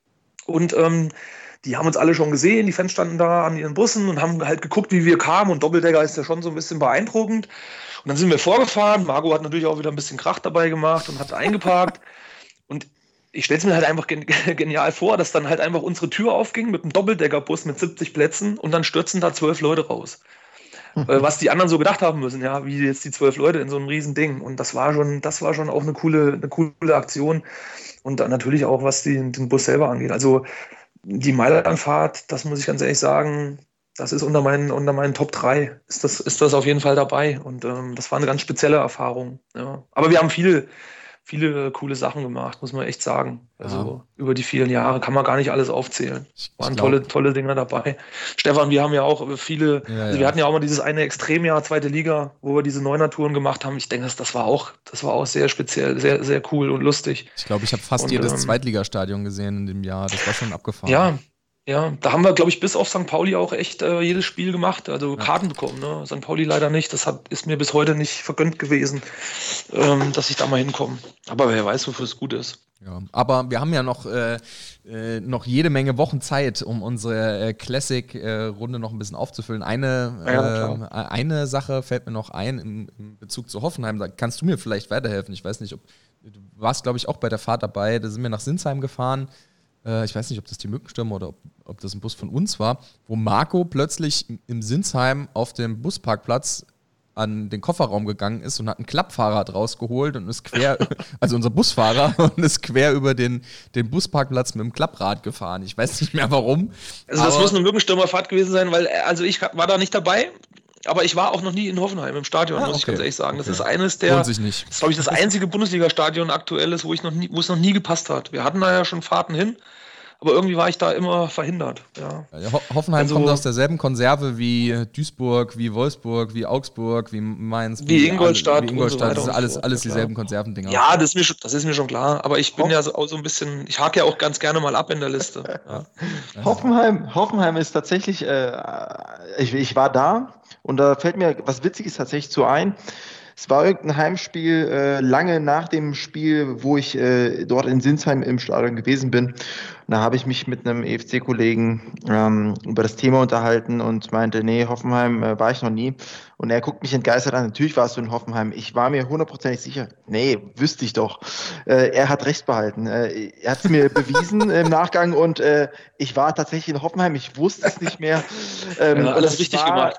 und ähm, die haben uns alle schon gesehen, die Fans standen da an ihren Bussen und haben halt geguckt, wie wir kamen, und Doppeldecker ist ja schon so ein bisschen beeindruckend, und dann sind wir vorgefahren, Marco hat natürlich auch wieder ein bisschen Krach dabei gemacht und hat eingeparkt. Und ich stelle es mir halt einfach gen- genial vor, dass dann halt einfach unsere Tür aufging mit einem Doppeldeckerbus mit siebzig Plätzen und dann stürzen da zwölf Leute raus. Mhm. Äh, was die anderen so gedacht haben müssen, ja, wie jetzt die zwölf Leute in so einem riesen Ding. Und das war schon, das war schon auch eine coole, eine coole Aktion. Und dann natürlich auch, was die, den Bus selber angeht. Also die Mailand-Fahrt, das muss ich ganz ehrlich sagen, das ist unter meinen, unter meinen Top drei, ist das, ist das auf jeden Fall dabei. Und ähm, das war eine ganz spezielle Erfahrung. Ja. Aber wir haben viele... viele coole Sachen gemacht, muss man echt sagen. Also ja. Über die vielen Jahre kann man gar nicht alles aufzählen. Waren tolle, tolle Dinger dabei. Stefan, wir haben ja auch viele, ja, also wir ja. hatten ja auch mal dieses eine Extremjahr, zweite Liga, wo wir diese Neuner-Touren gemacht haben. Ich denke, das, das war auch, das war auch sehr speziell, sehr, sehr cool und lustig. Ich glaube, ich habe fast und, jedes ähm, Zweitligastadion gesehen in dem Jahr. Das war schon abgefahren. Ja. Ja, da haben wir, glaube ich, bis auf Sankt Pauli auch echt äh, jedes Spiel gemacht, also ja. Karten bekommen. Ne? Sankt Pauli leider nicht, das hat, ist mir bis heute nicht vergönnt gewesen, ähm, dass ich da mal hinkomme. Aber wer weiß, wofür es gut ist. Ja, aber wir haben ja noch, äh, äh, noch jede Menge Wochen Zeit, um unsere äh, Classic-Runde äh, noch ein bisschen aufzufüllen. Eine, ja, äh, eine Sache fällt mir noch ein im, im Bezug zu Hoffenheim. Da kannst du mir vielleicht weiterhelfen. Ich weiß nicht, ob du warst, glaube ich, auch bei der Fahrt dabei. Da sind wir nach Sinsheim gefahren. Ich weiß nicht, ob das die Mückenstürme oder ob, ob das ein Bus von uns war, wo Marco plötzlich im Sinsheim auf dem Busparkplatz an den Kofferraum gegangen ist und hat ein Klappfahrrad rausgeholt und ist quer, also unser Busfahrer, und ist quer über den, den Busparkplatz mit dem Klapprad gefahren. Ich weiß nicht mehr warum. Also das muss eine Mückenstürmerfahrt gewesen sein, weil also ich war da nicht dabei. Aber ich war auch noch nie in Hoffenheim im Stadion, ah, muss okay. ich ganz ehrlich sagen. Das okay. ist eines der, Lohnt sich nicht. das ist, glaube ich, das einzige Bundesliga-Stadion aktuell ist, wo ich noch nie, wo es noch nie gepasst hat. Wir hatten da ja schon Fahrten hin, aber irgendwie war ich da immer verhindert. Ja. Ja, Ho- Hoffenheim also, kommt aus derselben Konserve wie Duisburg, wie Wolfsburg, wie Augsburg, wie Mainz, wie, wie Ingolstadt. Wie Ingolstadt. So das ist alles, so. alles dieselben Konservendinger. Ja, das ist, mir schon, das ist mir schon klar. Aber ich bin Hoff- ja so, auch so ein bisschen, ich hake ja auch ganz gerne mal ab in der Liste. Ja. Hoffenheim, Hoffenheim ist tatsächlich, äh, ich, ich war da. Und da fällt mir was Witziges tatsächlich zu ein. Es war irgendein Heimspiel äh, lange nach dem Spiel, wo ich äh, dort in Sinsheim im Stadion gewesen bin. Und da habe ich mich mit einem E F C-Kollegen ähm, über das Thema unterhalten und meinte, nee, Hoffenheim äh, war ich noch nie. Und er guckt mich entgeistert an. Natürlich warst du in Hoffenheim. Ich war mir hundertprozentig sicher. Nee, wüsste ich doch. Äh, er hat recht behalten. Äh, er hat es mir bewiesen im Nachgang und äh, ich war tatsächlich in Hoffenheim. Ich wusste es nicht mehr. Ähm, ja, alles richtig war, gemacht.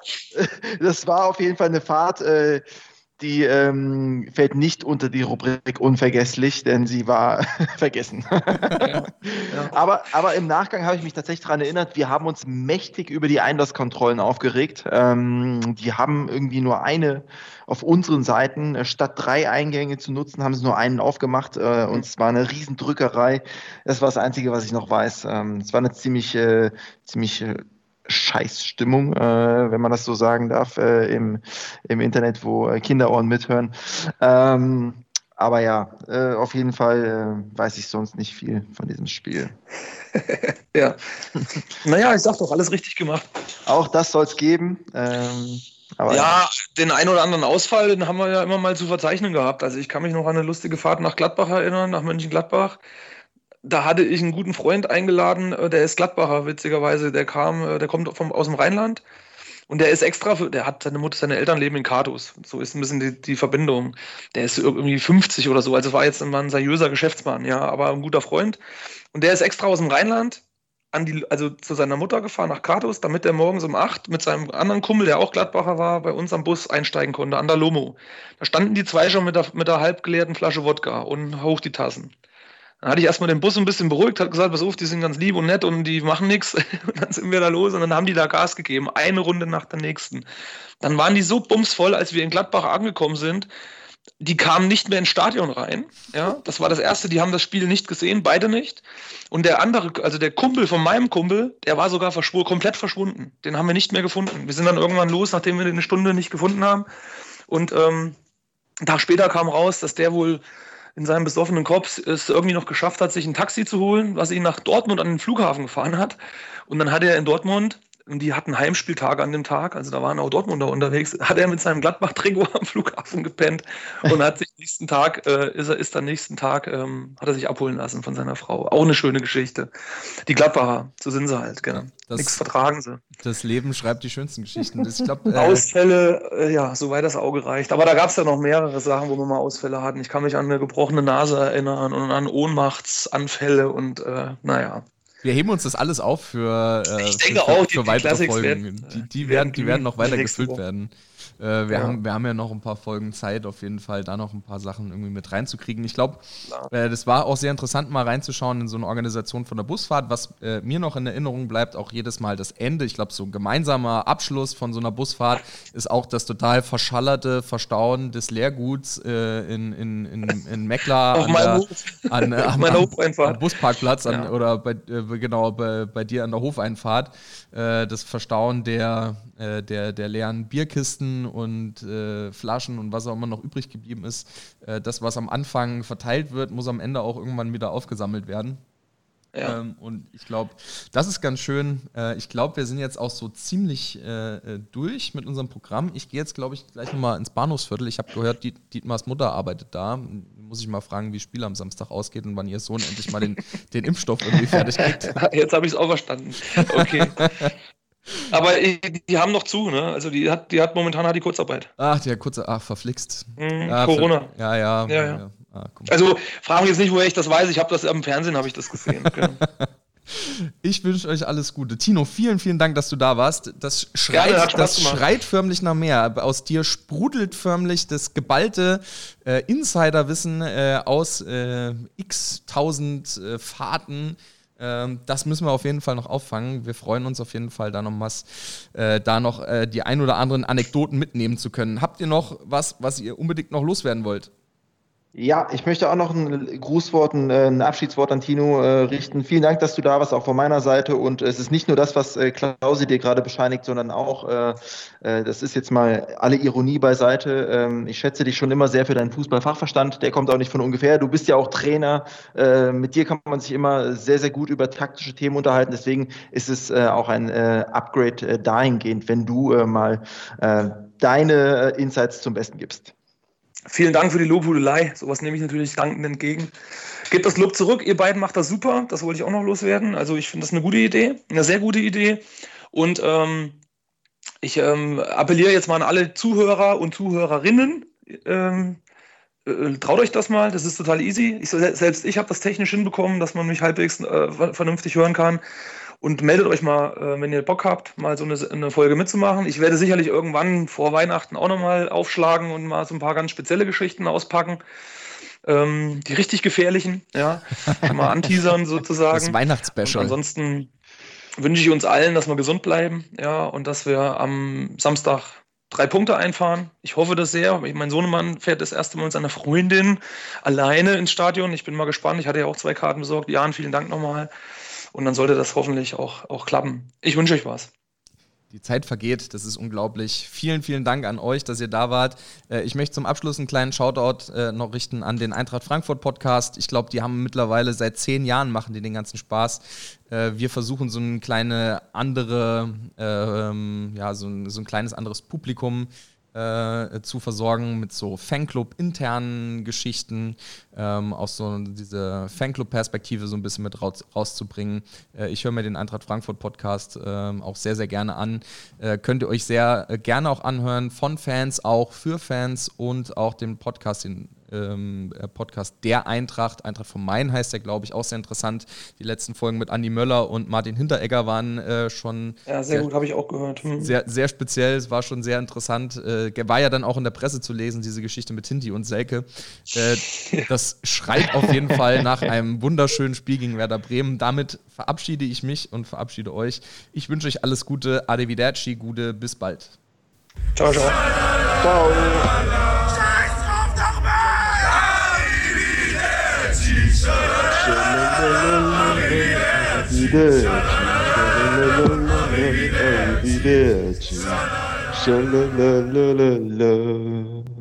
Das war auf jeden Fall eine Fahrt, äh, die ähm, fällt nicht unter die Rubrik unvergesslich, denn sie war vergessen. Ja, ja. Aber, aber im Nachgang habe ich mich tatsächlich daran erinnert, wir haben uns mächtig über die Einlasskontrollen aufgeregt. Ähm, die haben irgendwie nur eine auf unseren Seiten. Statt drei Eingänge zu nutzen, haben sie nur einen aufgemacht. Äh, und es war eine Riesendrückerei. Das war das Einzige, was ich noch weiß. Ähm, es war eine ziemlich, äh, ziemlich äh, Scheißstimmung, äh, wenn man das so sagen darf, äh, im, im Internet, wo äh, Kinderohren mithören. Ähm, aber ja, äh, auf jeden Fall äh, weiß ich sonst nicht viel von diesem Spiel. Ja. Naja, ich sag doch, alles richtig gemacht. Auch das soll es geben. Ähm, aber ja, ja, den einen oder anderen Ausfall, den haben wir ja immer mal zu verzeichnen gehabt. Also ich kann mich noch an eine lustige Fahrt nach Gladbach erinnern, nach Mönchengladbach. Da hatte ich einen guten Freund eingeladen, der ist Gladbacher, witzigerweise. Der kam, der kommt vom, aus dem Rheinland und der ist extra, für, der hat seine Mutter, seine Eltern leben in Katus. So ist ein bisschen die, die Verbindung. Der ist irgendwie fünfzig oder so, also war jetzt immer ein seriöser Geschäftsmann, ja, aber ein guter Freund. Und der ist extra aus dem Rheinland an die, also zu seiner Mutter gefahren nach Katus, damit er morgens um acht mit seinem anderen Kumpel, der auch Gladbacher war, bei uns am Bus einsteigen konnte, an der Lomo. Da standen die zwei schon mit der, mit der halb geleerten Flasche Wodka und hoch die Tassen. Dann hatte ich erstmal den Bus ein bisschen beruhigt, hat gesagt, pass auf, die sind ganz lieb und nett und die machen nichts. Und dann sind wir da los und dann haben die da Gas gegeben, eine Runde nach der nächsten. Dann waren die so bumsvoll, als wir in Gladbach angekommen sind, die kamen nicht mehr ins Stadion rein. Ja, das war das Erste, die haben das Spiel nicht gesehen, beide nicht. Und der andere, also der Kumpel von meinem Kumpel, der war sogar verschw- komplett verschwunden. Den haben wir nicht mehr gefunden. Wir sind dann irgendwann los, nachdem wir den eine Stunde nicht gefunden haben. Und ähm, einen Tag später kam raus, dass der wohl in seinem besoffenen Kopf es irgendwie noch geschafft hat, sich ein Taxi zu holen, was ihn nach Dortmund an den Flughafen gefahren hat. Und dann hat er in Dortmund, und die hatten Heimspieltage an dem Tag, also da waren auch Dortmunder unterwegs, hat er mit seinem Gladbach-Trikot am Flughafen gepennt und hat sich nächsten Tag, äh, ist er ist dann nächsten Tag, ähm, hat er sich abholen lassen von seiner Frau. Auch eine schöne Geschichte. Die Gladbacher, so sind sie halt, genau. Nichts vertragen sie. Das Leben schreibt die schönsten Geschichten. Ich glaub, äh, Ausfälle, äh, ja, soweit das Auge reicht. Aber da gab es ja noch mehrere Sachen, wo wir mal Ausfälle hatten. Ich kann mich an eine gebrochene Nase erinnern und an Ohnmachtsanfälle und äh, naja. Wir heben uns das alles auf für, äh, ich denke für, für, auch, für die, weitere die Folgen. Werden, die, die, werden, die werden noch weiter gefüllt werden. Äh, wir, ja. haben, wir haben ja noch ein paar Folgen Zeit, auf jeden Fall da noch ein paar Sachen irgendwie mit reinzukriegen. Ich glaube, äh, das war auch sehr interessant, mal reinzuschauen in so eine Organisation von der Busfahrt. Was äh, mir noch in Erinnerung bleibt, auch jedes Mal das Ende. Ich glaube, so ein gemeinsamer Abschluss von so einer Busfahrt ist auch das total verschallerte Verstauen des Leerguts äh, in, in, in, in Meckler auf an der, an, äh, am, am, am Busparkplatz an, ja. oder bei, äh, genau bei, bei dir an der Hofeinfahrt. Äh, das Verstauen der, äh, der, der leeren Bierkisten und äh, Flaschen und was auch immer noch übrig geblieben ist. Äh, das, was am Anfang verteilt wird, muss am Ende auch irgendwann wieder aufgesammelt werden. Ja. Ähm, und ich glaube, das ist ganz schön. Äh, ich glaube, wir sind jetzt auch so ziemlich äh, durch mit unserem Programm. Ich gehe jetzt, glaube ich, gleich nochmal ins Bahnhofsviertel. Ich habe gehört, Diet- Dietmars Mutter arbeitet da. Muss ich mal fragen, wie das Spiel am Samstag ausgeht und wann ihr Sohn endlich mal den, den Impfstoff irgendwie fertig kriegt. Jetzt habe ich es auch verstanden. Okay. Aber die haben noch zu, ne? Also die hat, die hat momentan hat die Kurzarbeit. Ach, die hat kurze, ach, verflixt. Mhm, ah, Corona. Ver, ja, ja. ja, ja. ja. Ah, also fragen jetzt nicht, woher ich das weiß. Ich habe das am Fernsehen, habe ich das gesehen. Genau. Ich wünsche euch alles Gute. Tino, vielen, vielen Dank, dass du da warst. Das schreit, Gerne, hat Spaß das gemacht. schreit förmlich nach mehr. Aus dir sprudelt förmlich das geballte äh, Insiderwissen äh, aus äh, x tausend äh, Fahrten. Das müssen wir auf jeden Fall noch auffangen. Wir freuen uns auf jeden Fall, da noch was, äh, da noch äh, die ein oder anderen Anekdoten mitnehmen zu können. Habt ihr noch was, was ihr unbedingt noch loswerden wollt? Ja, ich möchte auch noch ein Grußwort, ein, ein Abschiedswort an Tino äh, richten. Vielen Dank, dass du da warst, auch von meiner Seite. Und es ist nicht nur das, was äh, Klausi dir gerade bescheinigt, sondern auch, äh, äh, das ist jetzt mal alle Ironie beiseite. Ähm, ich schätze dich schon immer sehr für deinen Fußballfachverstand. Der kommt auch nicht von ungefähr. Du bist ja auch Trainer. Äh, mit dir kann man sich immer sehr, sehr gut über taktische Themen unterhalten. Deswegen ist es äh, auch ein äh, Upgrade äh, dahingehend, wenn du äh, mal äh, deine äh, Insights zum Besten gibst. Vielen Dank für die Lobhudelei. Sowas nehme ich natürlich dankend entgegen. Gebt das Lob zurück. Ihr beiden macht das super. Das wollte ich auch noch loswerden. Also ich finde das eine gute Idee, eine sehr gute Idee. Und ähm, ich ähm, appelliere jetzt mal an alle Zuhörer und Zuhörerinnen. Ähm, äh, traut euch das mal. Das ist total easy. Ich, selbst ich habe das technisch hinbekommen, dass man mich halbwegs äh, vernünftig hören kann. Und meldet euch mal, äh, wenn ihr Bock habt, mal so eine, eine Folge mitzumachen. Ich werde sicherlich irgendwann vor Weihnachten auch nochmal aufschlagen und mal so ein paar ganz spezielle Geschichten auspacken. Ähm, die richtig gefährlichen, ja, mal anteasern sozusagen. Das Weihnachtsspecial. Und ansonsten wünsche ich uns allen, dass wir gesund bleiben, ja, und dass wir am Samstag drei Punkte einfahren. Ich hoffe das sehr. Mein Sohnemann fährt das erste Mal mit seiner Freundin alleine ins Stadion. Ich bin mal gespannt. Ich hatte ja auch zwei Karten besorgt. Jan, vielen Dank nochmal. Und dann sollte das hoffentlich auch, auch klappen. Ich wünsche euch was. Die Zeit vergeht, das ist unglaublich. Vielen, vielen Dank an euch, dass ihr da wart. Äh, ich möchte zum Abschluss einen kleinen Shoutout äh, noch richten an den Eintracht Frankfurt Podcast. Ich glaube, die haben mittlerweile seit zehn Jahren machen die den ganzen Spaß. Äh, wir versuchen so ein kleine andere, äh, ja, so ein, so ein kleines anderes Publikum Äh, zu versorgen mit so Fanclub-internen Geschichten, ähm, auch so diese Fanclub-Perspektive so ein bisschen mit raus, rauszubringen. Äh, ich höre mir den Eintracht Frankfurt-Podcast äh, auch sehr, sehr gerne an. Äh, könnt ihr euch sehr äh, gerne auch anhören, von Fans, auch für Fans und auch den Podcast, den ähm, Podcast Der Eintracht. Eintracht vom Main heißt der, glaube ich, auch sehr interessant. Die letzten Folgen mit Andi Möller und Martin Hinteregger waren äh, schon Ja, sehr, sehr gut, habe ich auch gehört. Hm. Sehr, sehr speziell, es war schon sehr interessant. Äh, war ja dann auch in der Presse zu lesen, diese Geschichte mit Hinti und Selke. Äh, das schreit auf jeden Fall nach einem wunderschönen Spiel gegen Werder Bremen. Damit verabschiede ich mich und verabschiede euch. Ich wünsche euch alles Gute. Arrivederci, Gute, bis bald. Ciao, ciao. Ciao. Arrivederci.